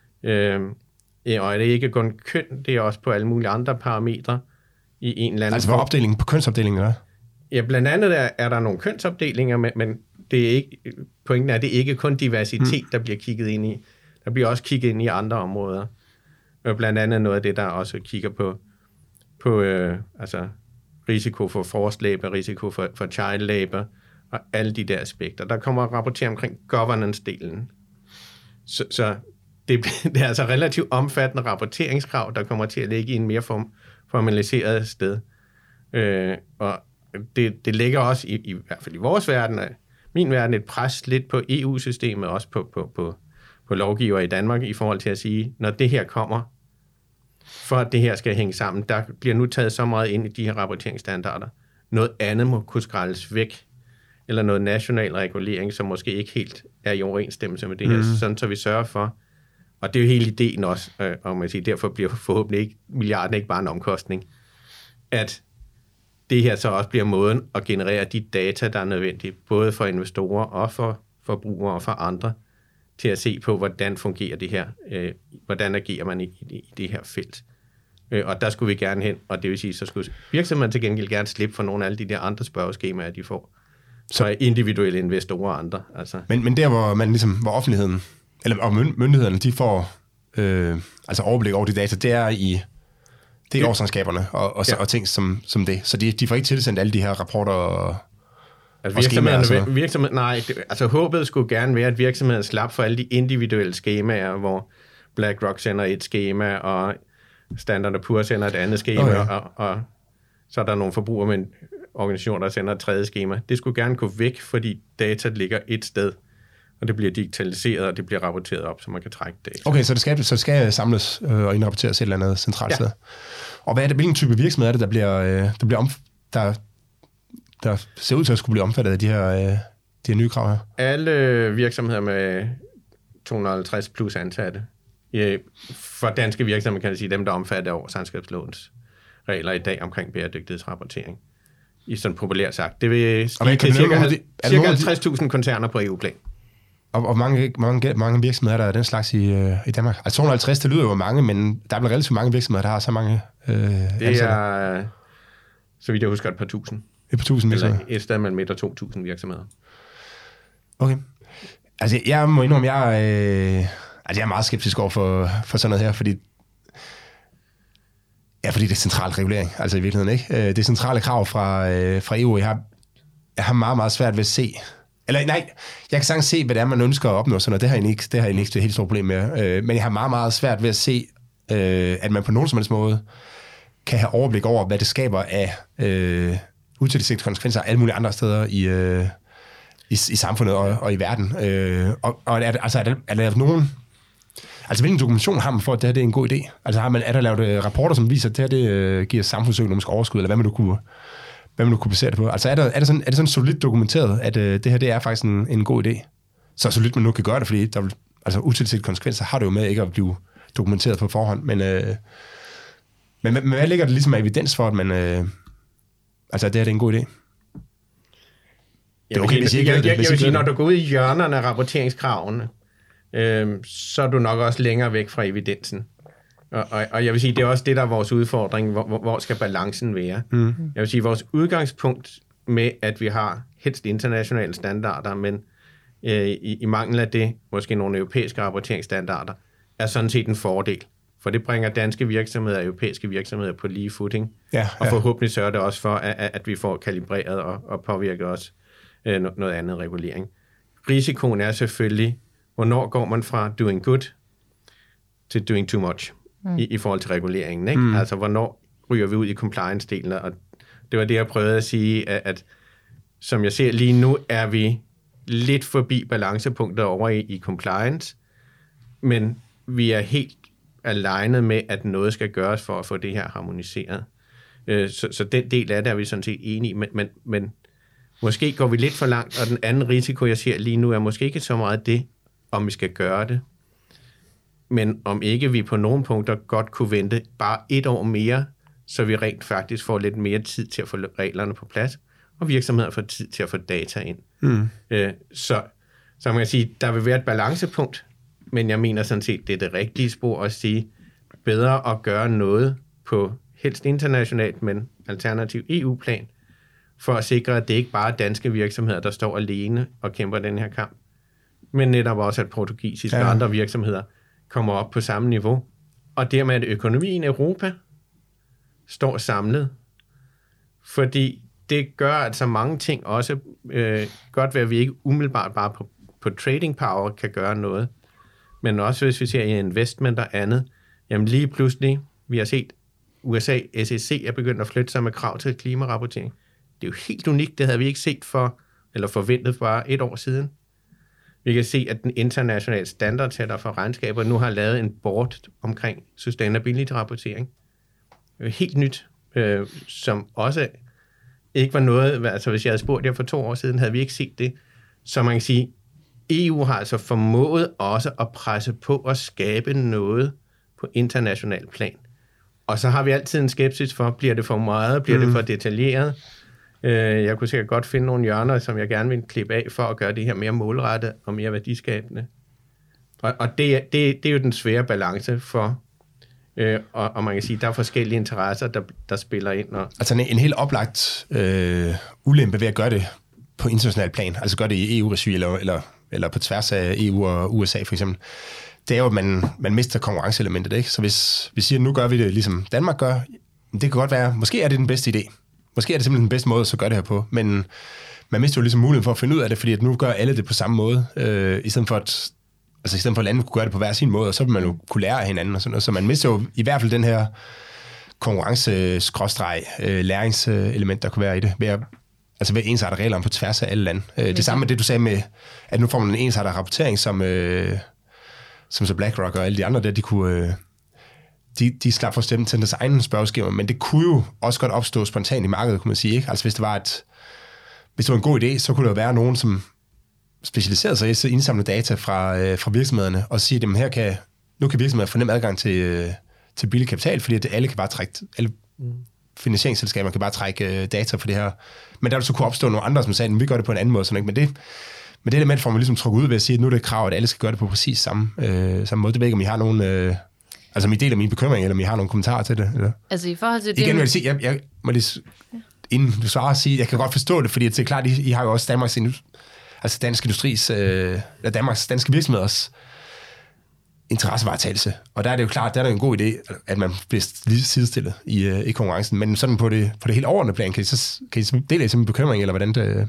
Og det er ikke kun køn, det er også på alle mulige andre parametre i en eller anden altså på opdelingen, på kønsopdelingen, eller? Ja, blandt andet er der nogle kønsopdelinger, men det er ikke, pointen er, at det ikke kun diversitet, der bliver kigget ind i. Der bliver også kigget ind i andre områder. Blandt andet noget af det, der også kigger på altså risiko for forced labor, risiko for child labor, og alle de der aspekter. Der kommer at rapportere omkring governance-delen. Så det er altså relativt omfattende rapporteringskrav, der kommer til at ligge i en mere formaliseret sted. Og det ligger også, i hvert fald i vores verden, min verden, et pres lidt på EU-systemet, også på lovgiver i Danmark, i forhold til at sige, når det her kommer, for at det her skal hænge sammen, der bliver nu taget så meget ind i de her rapporteringsstandarder. Noget andet må kunne skrælles væk, eller noget national regulering, som måske ikke helt er i overensstemmelse med det her, sådan så vi sørger for, og det er jo hele ideen også, og man siger, derfor bliver forhåbentlig ikke, milliarden ikke bare en omkostning, at det her så også bliver måden at generere de data, der er nødvendige, både for investorer og for forbrugere og for andre, til at se på, hvordan fungerer det her, hvordan agerer man i det her felt. Og der skulle vi gerne hen, og det vil sige, så skulle virksomheden til gengæld gerne slippe for nogle af alle de der andre spørgeskemaer, de får. Så individuelle investorer og andre. Altså. Men der, hvor man ligesom, hvor offentligheden, eller myndighederne, de får altså overblik over de data, det er i årsregnskaberne og ting som det. Så de får ikke tilsendt alle de her rapporter og virksomheden, nej, altså håbet skulle gerne være, at virksomheden slap for alle de individuelle skemaer, hvor BlackRock sender et skema, og Standard & Poor's sender et andet skema, og så er der nogle forbrugere med en organisation, der sender et tredje skema. Det skulle gerne gå væk, fordi data ligger et sted, og det bliver digitaliseret, og det bliver rapporteret op, så man kan trække data. Okay, så det skal samles og indrapporteres et eller andet centralt sted. Og hvad er det, hvilken type virksomhed er det, der ser ud til at skulle blive omfattet af de her nye krav her? Alle virksomheder med 250 plus ansatte. For danske virksomheder kan jeg sige, dem, der omfatter årsregnskabslovens regler i dag omkring bæredygtighedsrapportering. I sådan populært sagt. Det vil stige til cirka 50.000 koncerner på EU-plan. Og mange virksomheder, der er den slags i Danmark? Altså 250, det lyder jo mange, men der er vel relativt mange virksomheder, der har så mange det er, så vidt jeg husker, et par tusind. Et par tusind virksomheder? Eller et sted mellem 1 og 2.000 virksomheder. Okay. Altså, jeg må indrømme, jeg er meget skeptisk over for sådan noget her, fordi det er central regulering, altså i virkeligheden, ikke? Det er centrale krav fra EU. Jeg har meget, meget svært ved at se, eller nej, jeg kan sagtens se, hvad det er, man ønsker at opnå, sådan noget. Det har jeg egentlig ikke et helt stort problem med, men jeg har meget, meget svært ved at se, at man på nogen som helst måde kan have overblik over, hvad det skaber af utilsigtede konsekvenser alle mulige andre steder i samfundet og i verden. Og er der nogen... Altså, hvilken dokumentation har man for, at det her det er en god idé? Altså, er der lavet rapporter, som viser, at det her det giver samfundsøkonomisk overskud, eller hvad man nu kunne basere det på? Altså, er det sådan solidt dokumenteret, at det her det er faktisk en god idé? Så solidt man nu kan gøre det, fordi der vil altså utilsigtede konsekvenser har det jo med ikke at blive dokumenteret på forhånd, men hvad ligger det ligesom af evidens for, at man, altså det er en god idé? Det er okay, jeg vil sige, når du går ud i hjørnerne af rapporteringskravene, så er du nok også længere væk fra evidensen. Og jeg vil sige, det er også det, der er vores udfordring. Hvor skal balancen være? Jeg vil sige, vores udgangspunkt med, at vi har helst internationale standarder, men i mangel af det, måske nogle europæiske rapporteringsstandarder, er sådan set en fordel. For det bringer danske virksomheder og europæiske virksomheder på lige footing. Og forhåbentlig sørger det også for, at vi får kalibreret og påvirket også noget andet regulering. Risikoen er selvfølgelig, hvornår går man fra doing good til doing too much i forhold til reguleringen. Ikke? Altså, hvornår ryger vi ud i compliance-delen? Og det var det, jeg prøvede at sige, at som jeg ser lige nu, er vi lidt forbi balancepunktet over i compliance, men vi er helt alignet med, at noget skal gøres for at få det her harmoniseret. Så den del af det er vi sådan set enige i, men måske går vi lidt for langt, og den anden risiko, jeg ser lige nu, er måske ikke så meget det, om vi skal gøre det, men om ikke vi på nogle punkter godt kunne vente bare 1 år mere, så vi rent faktisk får lidt mere tid til at få reglerne på plads, og virksomheder får tid til at få data ind. Så man kan sige, der vil være et balancepunkt, men jeg mener sådan set, det er det rigtige spor at sige, bedre at gøre noget på helst internationalt, men alternativ EU-plan, for at sikre, at det ikke bare er danske virksomheder, der står alene og kæmper den her kamp, men netop også, at portugisiske og andre virksomheder kommer op på samme niveau, og dermed at økonomien i Europa står samlet, fordi det gør, at så mange ting også godt være, at vi ikke umiddelbart bare på trading power kan gøre noget, men også hvis vi ser i investment og andet, jamen lige pludselig, vi har set USA, SEC er begyndt at flytte sig med krav til klimarapportering. Det er jo helt unikt, det havde vi ikke set eller forventet for bare 1 år siden. Vi kan se, at den internationale standardsætter for regnskaber nu har lavet en board omkring sustainability-rapportering. Det er helt nyt, som også ikke var noget, altså hvis jeg havde spurgt jer for 2 år siden, havde vi ikke set det. Så man kan sige, EU har altså formået også at presse på og skabe noget på international plan. Og så har vi altid en skepsis for, bliver det for meget, bliver det for detaljeret? Jeg kunne sikkert godt finde nogle hjørner, som jeg gerne vil klippe af, for at gøre det her mere målrettet og mere værdiskabende. Og det er jo den svære balance for, og man kan sige, der er forskellige interesser, der spiller ind. Altså en helt oplagt ulempe ved at gøre det på international plan, altså gøre det i EU-regi eller på tværs af EU og USA for eksempel, det er jo, at man mister konkurrenceelementet, ikke? Så hvis vi siger, at nu gør vi det ligesom Danmark gør, det kan godt være, måske er det den bedste idé. Måske er det simpelthen den bedste måde at så gøre det her på, men man mister jo ligesom muligheden for at finde ud af det, fordi at nu gør alle det på samme måde, i stedet for at landene kunne gøre det på hver sin måde, og så vil man jo kunne lære af hinanden og sådan noget. Så man mister jo i hvert fald den her konkurrence-læringselement, der kunne være i det, ved at ensarte reglerne på tværs af alle lande. Det samme med det, du sagde med, at nu får man en ensartet rapportering, som så BlackRock og alle de andre der, de kunne... De slap for stemmen til deres egen spørgeskema, men det kunne jo også godt opstå spontant i markedet, kunne man sige, ikke? Altså hvis det var en god idé, så kunne der være nogen, som specialiserede sig i at indsamle data fra virksomhederne, og sige, at nu kan virksomheder få nem adgang til billig kapital, fordi alle kan bare trække, alle finansieringsselskaber kan bare trække data for det her. Men der ville så kunne opstå nogle andre, som sagde, at vi gør det på en anden måde, sådan, ikke? Men det element får man ligesom trukket ud ved at sige, at nu er det et krav, at alle skal gøre det på præcis samme måde. Det ved ikke, om I har nogen... Altså, om I deler min bekymring, eller om I har nogle kommentarer til det? Eller? Altså, i forhold til det... Igen vil jeg sige, jeg må lige, inden du svarer, sige, jeg kan godt forstå det, fordi det er klart, I har jo også danske virksomheders interessevaretagelse. Og der er det jo klart, der er det en god idé, at man bliver sidestillet i konkurrencen. Men sådan på det helt overordnede plan, kan I så dele sin bekymring, eller hvordan det...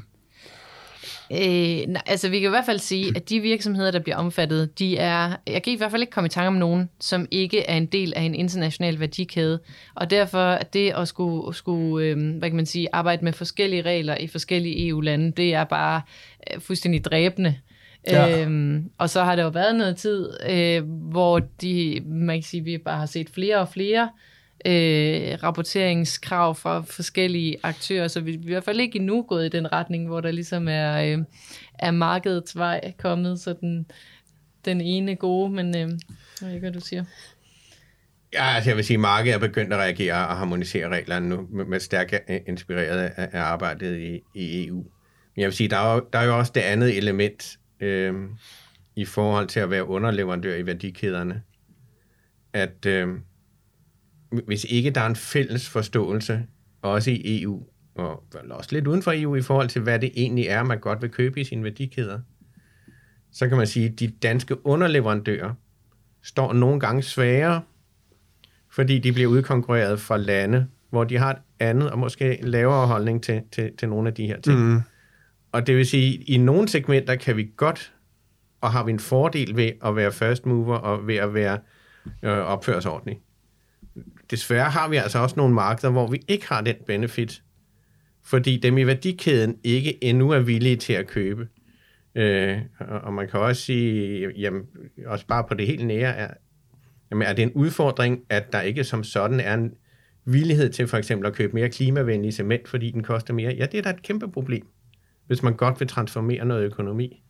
Altså vi kan i hvert fald sige, at de virksomheder, der bliver omfattet, jeg kan i hvert fald ikke komme i tanke om nogen, som ikke er en del af en international værdikæde, og derfor det at skulle hvad kan man sige, arbejde med forskellige regler i forskellige EU-lande, det er bare fuldstændig dræbende. Ja. Og så har der jo været noget tid, hvor man kan sige, vi bare har set flere og flere rapporteringskrav fra forskellige aktører, så vi er i hvert fald ikke endnu gået i den retning, hvor der ligesom er markedets vej kommet sådan den ene gode, men jeg ved ikke, hvad du siger. Ja, altså jeg vil sige, at markedet er begyndt at reagere og harmonisere reglerne nu, med stærkt inspireret af arbejdet i EU. Men jeg vil sige, der er jo også det andet element i forhold til at være underleverandør i værdikæderne, at hvis ikke der er en fælles forståelse, også i EU, og også lidt uden for EU, i forhold til, hvad det egentlig er, man godt vil købe i sine værdikæder, så kan man sige, at de danske underleverandører står nogle gange svagere, fordi de bliver udkonkurreret fra lande, hvor de har et andet og måske lavere holdning til nogle af de her ting. Mm. Og det vil sige, at i nogle segmenter kan vi godt, og har vi en fordel ved at være first mover og ved at være opførsordentlig. Desværre har vi altså også nogle markeder, hvor vi ikke har den benefit, fordi dem i værdikæden ikke endnu er villige til at købe. Og man kan også sige, jamen, også bare på det helt nære, er det en udfordring, at der ikke som sådan er en villighed til for eksempel at købe mere klimavenlig cement, fordi den koster mere? Ja, det er da et kæmpe problem, hvis man godt vil transformere noget økonomi.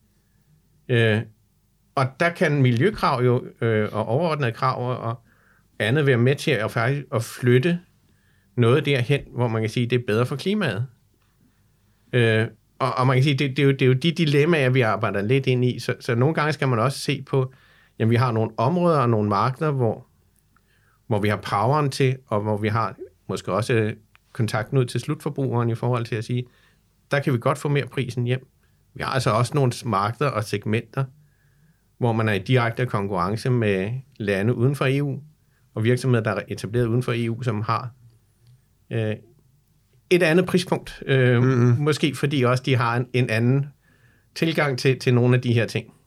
Og der kan miljøkrav jo, og overordnede krav og andet være med til at faktisk at flytte noget derhen, hvor man kan sige, det er bedre for klimaet. Og man kan sige, det er jo de dilemmaer, vi arbejder lidt ind i. Så nogle gange skal man også se på, jamen vi har nogle områder og nogle markeder, hvor vi har poweren til, og hvor vi har måske også kontakten ud til slutforbrugeren i forhold til at sige, der kan vi godt få mere prisen hjem. Vi har altså også nogle markeder og segmenter, hvor man er i direkte konkurrence med lande uden for EU, og virksomheder, der er etableret uden for EU, som har et andet prispunkt. Måske fordi også de har en anden tilgang til nogle af de her ting.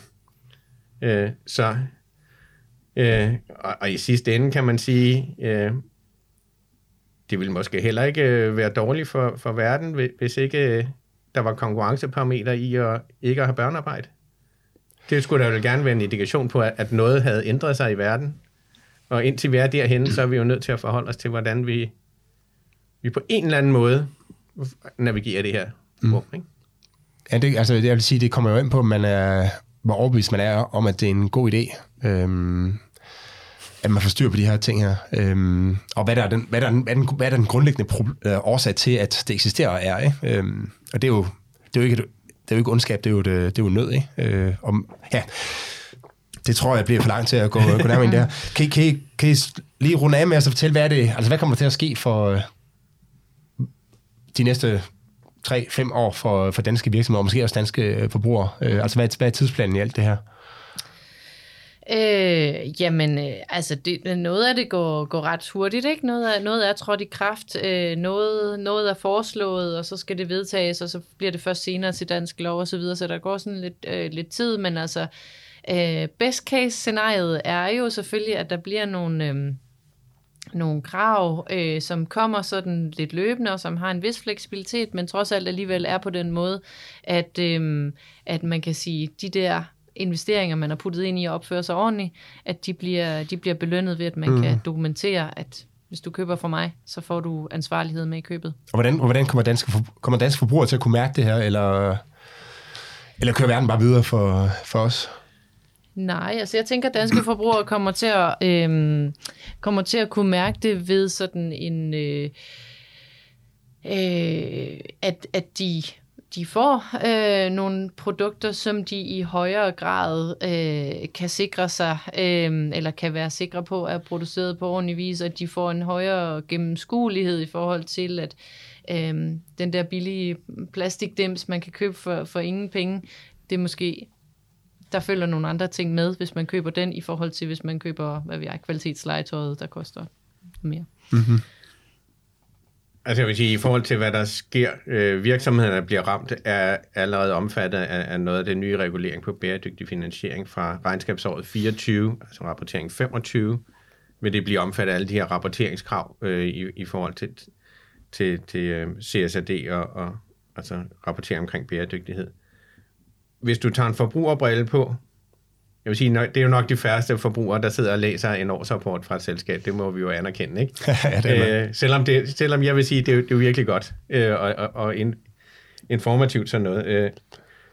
Og i sidste ende kan man sige, det vil måske heller ikke være dårligt for verden, hvis ikke der var konkurrenceparameter i at ikke at have børnearbejde. Det skulle da vel gerne være en indikation på, at noget havde ændret sig i verden. Og indtil vi er derhenne, så er vi jo nødt til at forholde os til, hvordan vi på en eller anden måde navigerer det her rum, ikke? Ja, jeg vil sige, det kommer jo ind på, hvor overbevist man er om, at det er en god idé, at man får styr på de her ting her. Og hvad er den grundlæggende årsag til, at det eksisterer er, ikke? Og det er jo ikke ondskab, det er jo nød, ikke? Det tror jeg bliver for langt til at gå nærmere ind der. Kan I lige runde af med os og fortælle, hvad kommer der til at ske for de næste 3-5 år for danske virksomheder, og måske også danske forbrugere? Hvad er tidsplanen i alt det her? Noget af det går ret hurtigt, ikke? Noget er trådt i kraft, noget er foreslået, og så skal det vedtages, og så bliver det først senere til dansk lov og så videre, så der går sådan lidt tid, men altså best case scenariet er jo selvfølgelig, at der bliver nogle krav, som kommer sådan lidt løbende, og som har en vis fleksibilitet, men trods alt alligevel er på den måde, at man kan sige, de der investeringer, man har puttet ind i at opføre sig ordentligt, at de bliver belønnet ved, at man kan dokumentere, at hvis du køber fra mig, så får du ansvarlighed med i købet. Og hvordan kommer danske forbrugere til at kunne mærke det her, eller kører verden bare videre for os? Nej, altså jeg tænker, at danske forbrugere kommer til at kunne mærke det ved sådan en, at de får nogle produkter, som de i højere grad kan sikre sig, eller kan være sikre på, er produceret på ordentlig vis, og at de får en højere gennemskuelighed i forhold til, at den der billige plastikdims, man kan købe for ingen penge, det er måske, der følger nogle andre ting med, hvis man køber den, i forhold til, hvis man køber, kvalitetslegetøjet, der koster mere. Mm-hmm. Altså jeg vil sige, i forhold til, hvad der sker, virksomhederne bliver ramt, er allerede omfattet af noget af den nye regulering på bæredygtig finansiering fra regnskabsåret 24, altså rapportering 25, vil det blive omfattet af alle de her rapporteringskrav i forhold til CSRD og altså rapportering omkring bæredygtighed. Hvis du tager en forbrugerbrille på, jeg vil sige, det er jo nok de færreste forbrugere, der sidder og læser en årsrapport fra et selskab. Det må vi jo anerkende, ikke? Ja, det selvom jeg vil sige, det er jo virkelig godt og informativt sådan noget.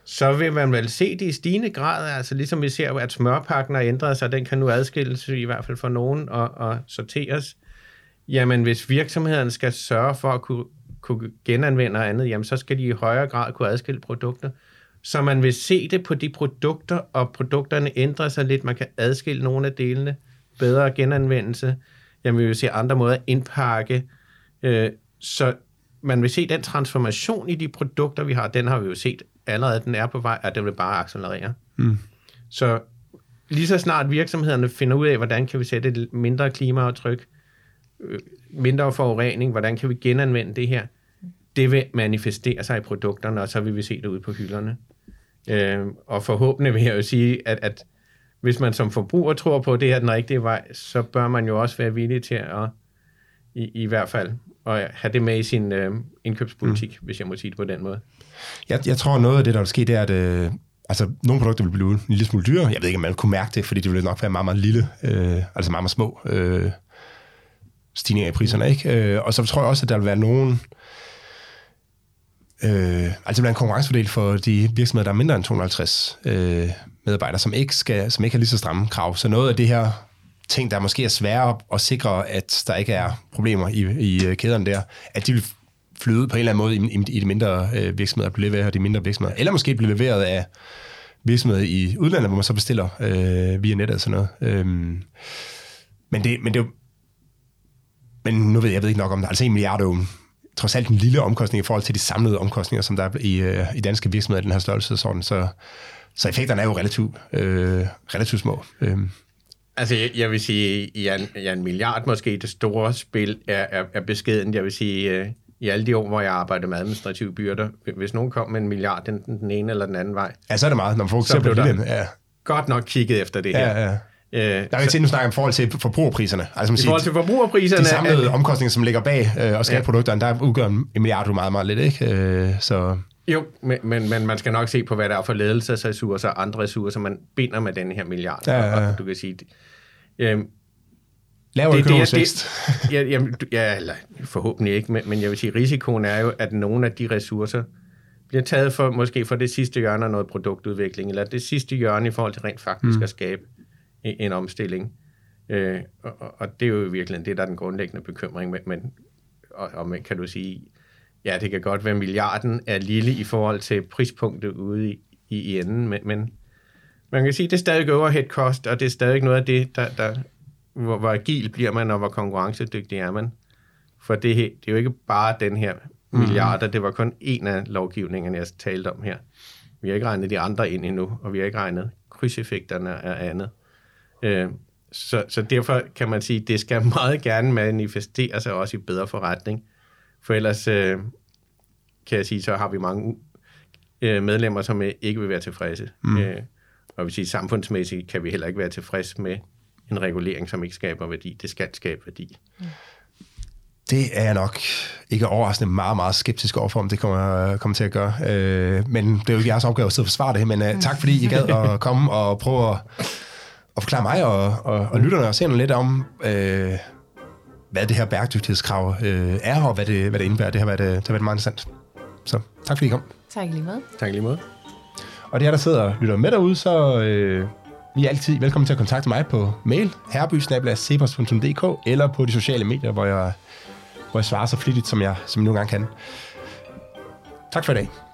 så vil man vel se det i stigende grad, altså ligesom vi ser, at smørpakken har ændret sig, den kan nu adskilles i hvert fald for nogen og sorteres. Jamen, hvis virksomheden skal sørge for at kunne genanvende og andet, jamen, så skal de i højere grad kunne adskille produkter. Så man vil se det på de produkter, og produkterne ændrer sig lidt. Man kan adskille nogle af delene, bedre genanvendelse. Jamen, vi vil se andre måder at indpakke. Så man vil se den transformation i de produkter, vi har. Den har vi jo set allerede, den er på vej, og den vil bare accelerere. Så lige så snart virksomhederne finder ud af, hvordan kan vi sætte et mindre klimaaftryk, mindre forurening, hvordan kan vi genanvende det her, det vil manifestere sig i produkterne, og så vil vi se det ude på hylderne. Og forhåbentlig vil jeg jo sige, at hvis man som forbruger tror på, at det er den rigtige vej, så bør man jo også være villig til at i hvert fald at have det med i sin indkøbspolitik, hvis jeg må sige det på den måde. Jeg tror, noget af det, der vil ske, det er, at nogle produkter vil blive en lille smule dyrere. Jeg ved ikke, om man kunne mærke det, fordi det ville nok være meget, meget lille, altså meget, meget små stigninger i priserne, ikke? Og så tror jeg også, at der vil være nogen altså en konkurrencefordel for de virksomheder, der er mindre end 250 medarbejdere, som ikke har lige så stramme krav. Så noget af det her ting, der måske er sværere at sikre, at der ikke er problemer i kæderne der, at de vil flyde ud på en eller anden måde i de mindre virksomheder, blive leveret af de mindre virksomheder, eller måske blive leveret af virksomheder i udlandet, hvor man så bestiller via nettet og sådan noget. Men nu ved jeg ikke nok om det. Altså 1 milliard er jo trods alt en lille omkostning i forhold til de samlede omkostninger, som der er i danske virksomheder i den her størrelsesorden. Så effekterne er jo relativt små. Altså, jeg vil sige, ja, 1 milliard måske det store spil er beskeden. Jeg vil sige, i alle de år, hvor jeg arbejder med administrative byrder, hvis nogen kom med 1 milliard den ene eller den anden vej. Ja, så er det meget, når man fokuserer på det. Ja. Godt nok kigget efter det her. Ja. Der er jo til, nu snakker om forhold til forbrugerpriserne. Altså, i forhold til forbrugerpriserne... De samlede omkostninger, som ligger bag og skaber produkterne, der udgør 1 milliard jo meget, meget lidt, ikke? Så... Jo, men man skal nok se på, hvad der er for ledelsesressourcer og andre ressourcer, man binder med den her milliard. Ja. Og du kan sige... Laver økonomisk vækst. Eller forhåbentlig ikke, men jeg vil sige, risikoen er jo, at nogle af de ressourcer bliver taget måske for det sidste hjørne af noget produktudvikling, eller det sidste hjørne i forhold til rent faktisk at skabe en omstilling. Og det er jo virkelig det, der er den grundlæggende bekymring. Men kan du sige, ja, det kan godt være, milliarden er lille i forhold til prispunktet ude i enden, men man kan sige, det er stadig overhead cost, og det er stadig noget af det, der hvor agil bliver man, og hvor konkurrencedygtig er man. For det er jo ikke bare den her milliarder, det var kun en af lovgivningerne, jeg talte om her. Vi har ikke regnet de andre ind endnu, og vi har ikke regnet krydseffekterne af andet. Så derfor kan man sige, at det skal meget gerne manifestere sig også i bedre forretning. For ellers kan jeg sige, så har vi mange medlemmer, som ikke vil være tilfredse. Og vil sige, samfundsmæssigt kan vi heller ikke være tilfredse med en regulering, som ikke skaber værdi. Det skal skabe værdi. Det er jeg nok ikke overraskende meget, meget skeptisk overfor, om det kommer til at gøre. Men det er jo ikke jeres opgave at sidde og forsvare det. Men tak fordi I gad at komme og prøve at forklare mig og lytterne og se noget lidt om, hvad det her bæredygtighedskrav er, og hvad det indebærer. Det har været meget interessant. Så tak fordi I kom. Tak lige måde. Tak lige måde. Og det er der sidder og lytter med derude, så vi er altid velkommen til at kontakte mig på mail, herby@cepos.dk, eller på de sociale medier, hvor jeg svarer så flittigt, som jeg nu engang kan. Tak for i dag.